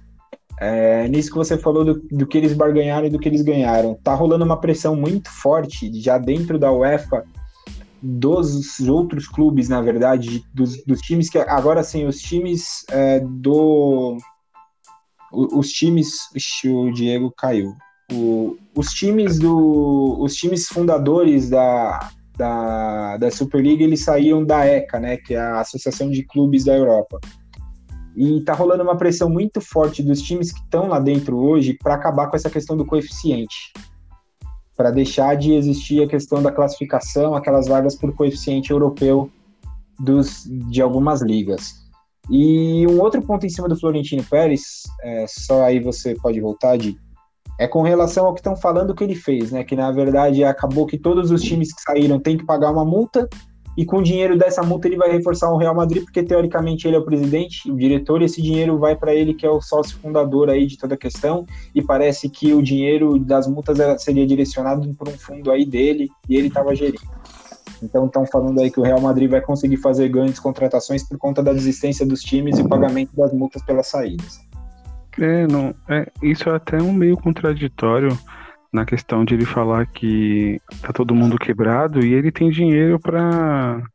É, nisso que você falou do, do que eles barganharam e do que eles ganharam, tá rolando uma pressão muito forte já dentro da UEFA dos outros clubes, na verdade, dos, dos times que agora sim, os times é, do o- os times, ixi, o Diego caiu. O- os times do os times fundadores da da, da Superliga, eles saíam da E C A, né, que é a Associação de Clubes da Europa. E tá rolando uma pressão muito forte dos times que estão lá dentro hoje para acabar com essa questão do coeficiente, para deixar de existir a questão da classificação, aquelas vagas por coeficiente europeu dos, de algumas ligas. E um outro ponto em cima do Florentino Pérez, é, só aí você pode voltar, Di, é com relação ao que estão falando que ele fez, né? Que na verdade acabou que todos os times que saíram têm que pagar uma multa, e com o dinheiro dessa multa ele vai reforçar o Real Madrid, porque teoricamente ele é o presidente, o diretor, e esse dinheiro vai para ele, que é o sócio fundador aí de toda a questão, e parece que o dinheiro das multas era, seria direcionado por um fundo aí dele, e ele estava gerindo. Então estão falando aí que o Real Madrid vai conseguir fazer grandes contratações por conta da desistência dos times e pagamento das multas pelas saídas. É, não, é, isso é até um meio contraditório na questão de ele falar que tá todo mundo quebrado e ele tem dinheiro pra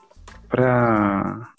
pra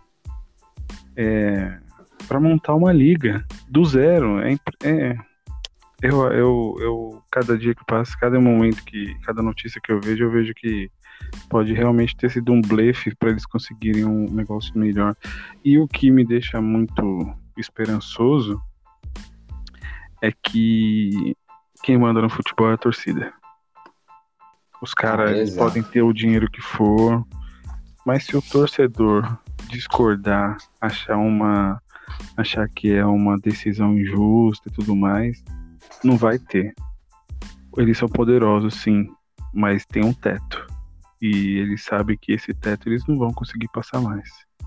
é, pra montar uma liga do zero. É, é, eu, eu, eu, cada dia que passa, cada momento que, cada notícia que eu vejo, eu vejo que pode realmente ter sido um blefe para eles conseguirem um negócio melhor. E o que me deixa muito esperançoso é que quem manda no futebol é a torcida. Os caras Ah, eles exato. podem ter o dinheiro que for, mas se o torcedor discordar, achar uma achar que é uma decisão injusta e tudo mais, não vai ter. Eles são poderosos, sim, mas tem um teto. E eles sabem que esse teto eles não vão conseguir passar mais.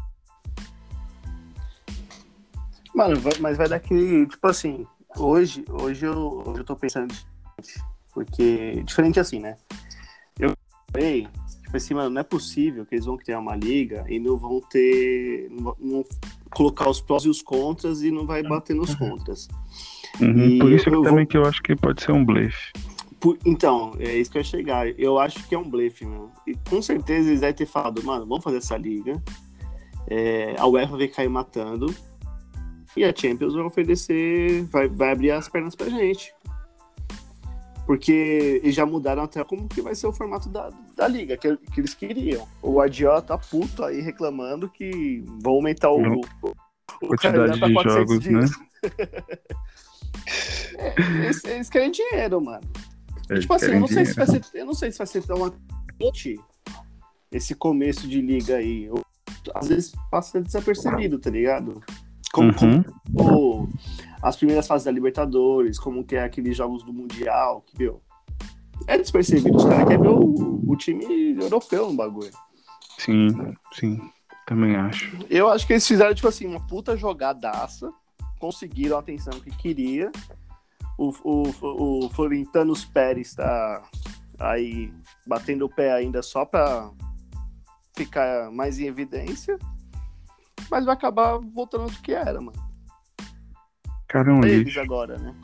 Mano, vai- mas vai dar aquele, tipo assim, hoje, hoje eu, hoje eu tô pensando diferente, porque, diferente assim, né? Eu falei, tipo assim, mano, não é possível que eles vão criar uma liga e não vão ter, não, vão- não colocar os prós e os contras e não vai bater nos contras. Uhum, E por isso eu- que eu também vou- que eu acho que pode ser um blefe. Por- então, é isso que eu ia chegar. Eu acho que é um blefe, meu. E com certeza eles devem ter falado, mano, vamos fazer essa liga. É, a UEFA vai cair matando. E a Champions vai oferecer, vai, vai abrir as pernas pra gente. Porque eles já mudaram até como que vai ser o formato da, da liga, que, que eles queriam. O Guardiola tá puto aí reclamando que vão aumentar o, o, o Quantidade pra de quatrocentos jogos, né? dias. É, eles, eles querem dinheiro, mano. E, Eles tipo assim, eu querem não, sei se vai dinheiro. ser, eu não sei se vai ser tão atente esse começo de liga aí. Eu- às vezes passa desapercebido, tá ligado? Como, Uhum. como as primeiras fases da Libertadores, como que é aqueles jogos do Mundial, que, viu? É despercebido, os caras querem ver o, o time europeu no bagulho. Sim, sim, também acho. Eu acho que eles fizeram, tipo assim, uma puta jogadaça, conseguiram a atenção que queria. o, o, o Florentanos Pérez tá aí batendo o pé ainda só pra ficar mais em evidência, mas vai acabar voltando do que era, mano. Cara, é um Eles lixo. agora, né?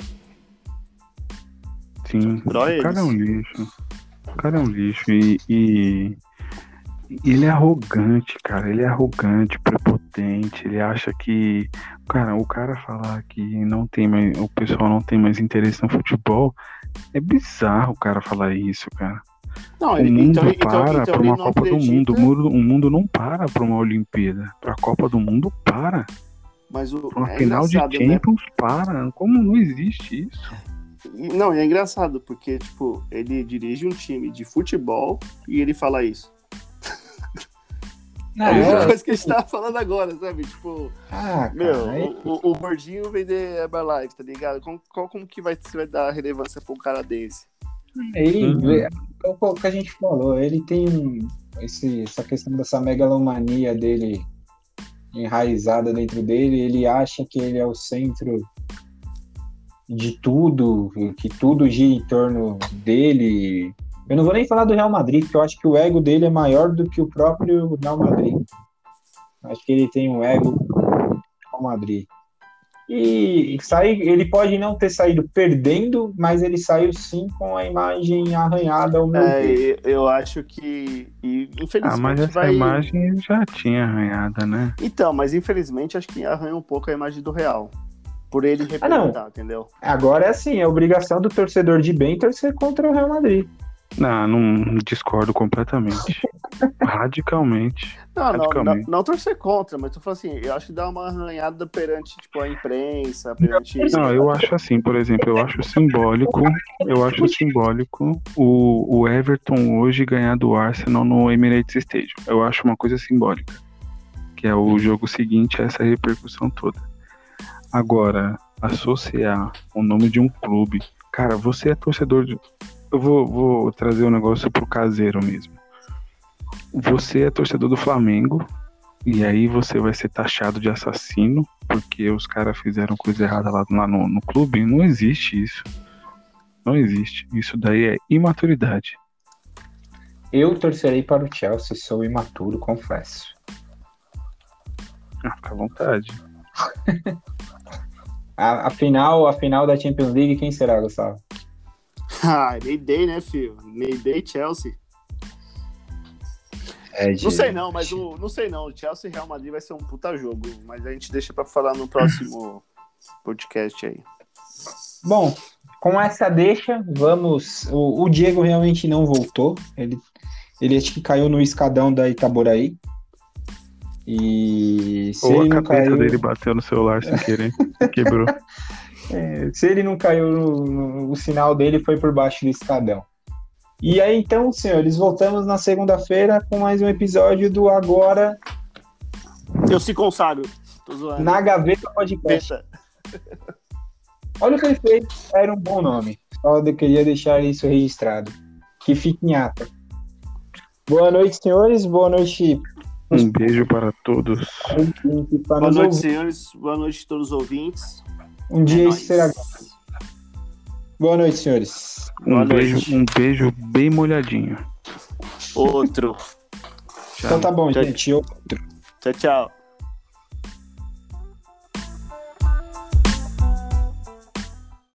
Sim, Pra o cara é um eles. lixo. O cara é um lixo e, e ele é arrogante, cara. Ele é arrogante, prepotente. Ele acha que, cara, o cara falar que não tem mais, o pessoal não tem mais interesse no futebol, é bizarro o cara falar isso, cara. Não, O ele, mundo então, então, para então para ele uma não Copa do acredita, Mundo. O mundo, o mundo não para para uma Olimpíada. Para a Copa do Mundo para. mas o, Para uma é final de engraçado, né? Champions para. Como não existe isso? E- Não, e é engraçado, porque, tipo, ele dirige um time de futebol e ele fala isso. Não, É a mesma é- coisa que a gente tava falando agora, sabe? Tipo, Ah, cara, meu, é- o, o, o gordinho vender Herbalife, tá ligado? Como, qual, como que vai, você vai dar relevância pra um cara desse? ele, Uhum. é o que a gente falou, ele tem um- esse, essa questão dessa megalomania dele enraizada dentro dele, ele acha que ele é o centro de tudo, que tudo gira em torno dele. Eu não vou nem falar do Real Madrid, porque eu acho que o ego dele é maior do que o próprio Real Madrid. Acho que ele tem um ego do Real Madrid. E sai, ele pode não ter saído perdendo, mas ele saiu sim com a imagem arranhada ao meu ver. É, eu acho que, e, Ah, infelizmente, mas essa vai... imagem ele já tinha arranhada, né? Então, mas infelizmente, acho que arranha um pouco a imagem do Real. Por ele Ah, não. representar, entendeu? Agora é assim, é obrigação do torcedor de bem torcer contra o Real Madrid. Não, não discordo completamente. Radicalmente. Não, não, não, Radicalmente. não torcer contra, mas tu fala assim, eu acho que dá uma arranhada perante, tipo, a imprensa, perante... Não, eu acho assim, por exemplo, eu acho simbólico, eu acho simbólico o, o Everton hoje ganhar do Arsenal no Emirates Stadium. Eu acho uma coisa simbólica, que é o jogo seguinte a essa repercussão toda. Agora, associar o nome de um clube, cara, você é torcedor de... Eu vou, vou trazer um negócio pro caseiro mesmo. Você é torcedor do Flamengo, e aí você vai ser taxado de assassino porque os caras fizeram coisa errada lá, lá no, no clube. Não existe isso. Não existe. Isso daí é imaturidade. Eu torcerei para o Chelsea, sou imaturo, confesso. Ah, fica à vontade. A, a final, a final da Champions League, quem será, Gustavo? Ah, Mayday, né, filho? Mayday, Chelsea. É de... Não sei não, mas o, não sei não. O Chelsea e Real Madrid vai ser um puta jogo, mas a gente deixa pra falar no próximo podcast aí. Bom, com essa deixa, vamos... O, o Diego realmente não voltou. Ele, ele acho que caiu no escadão da Itaboraí. E se Ou a ele não cabeça caiu... dele bateu no celular sem querer. Quebrou. É, se ele não caiu, no, no, o sinal dele foi por baixo do escadão. E aí, então, senhores, voltamos na segunda-feira com mais um episódio do Agora Eu se consagro. Tô zoando. na Gaveta Podcast. Gaveta. Olha o que ele fez, era um bom nome. Só eu queria deixar isso registrado. Que fique em ata. Boa noite, senhores. Boa noite. Um beijo para todos. Para Boa nos noite, ouvir. senhores. Boa noite a todos os ouvintes. Um dia É isso será. nóis. Boa noite, senhores. Um Boa beijo, noite. um beijo bem molhadinho. Outro. Tchau. Então tá bom, Tchau. gente. Eu... Tchau, tchau.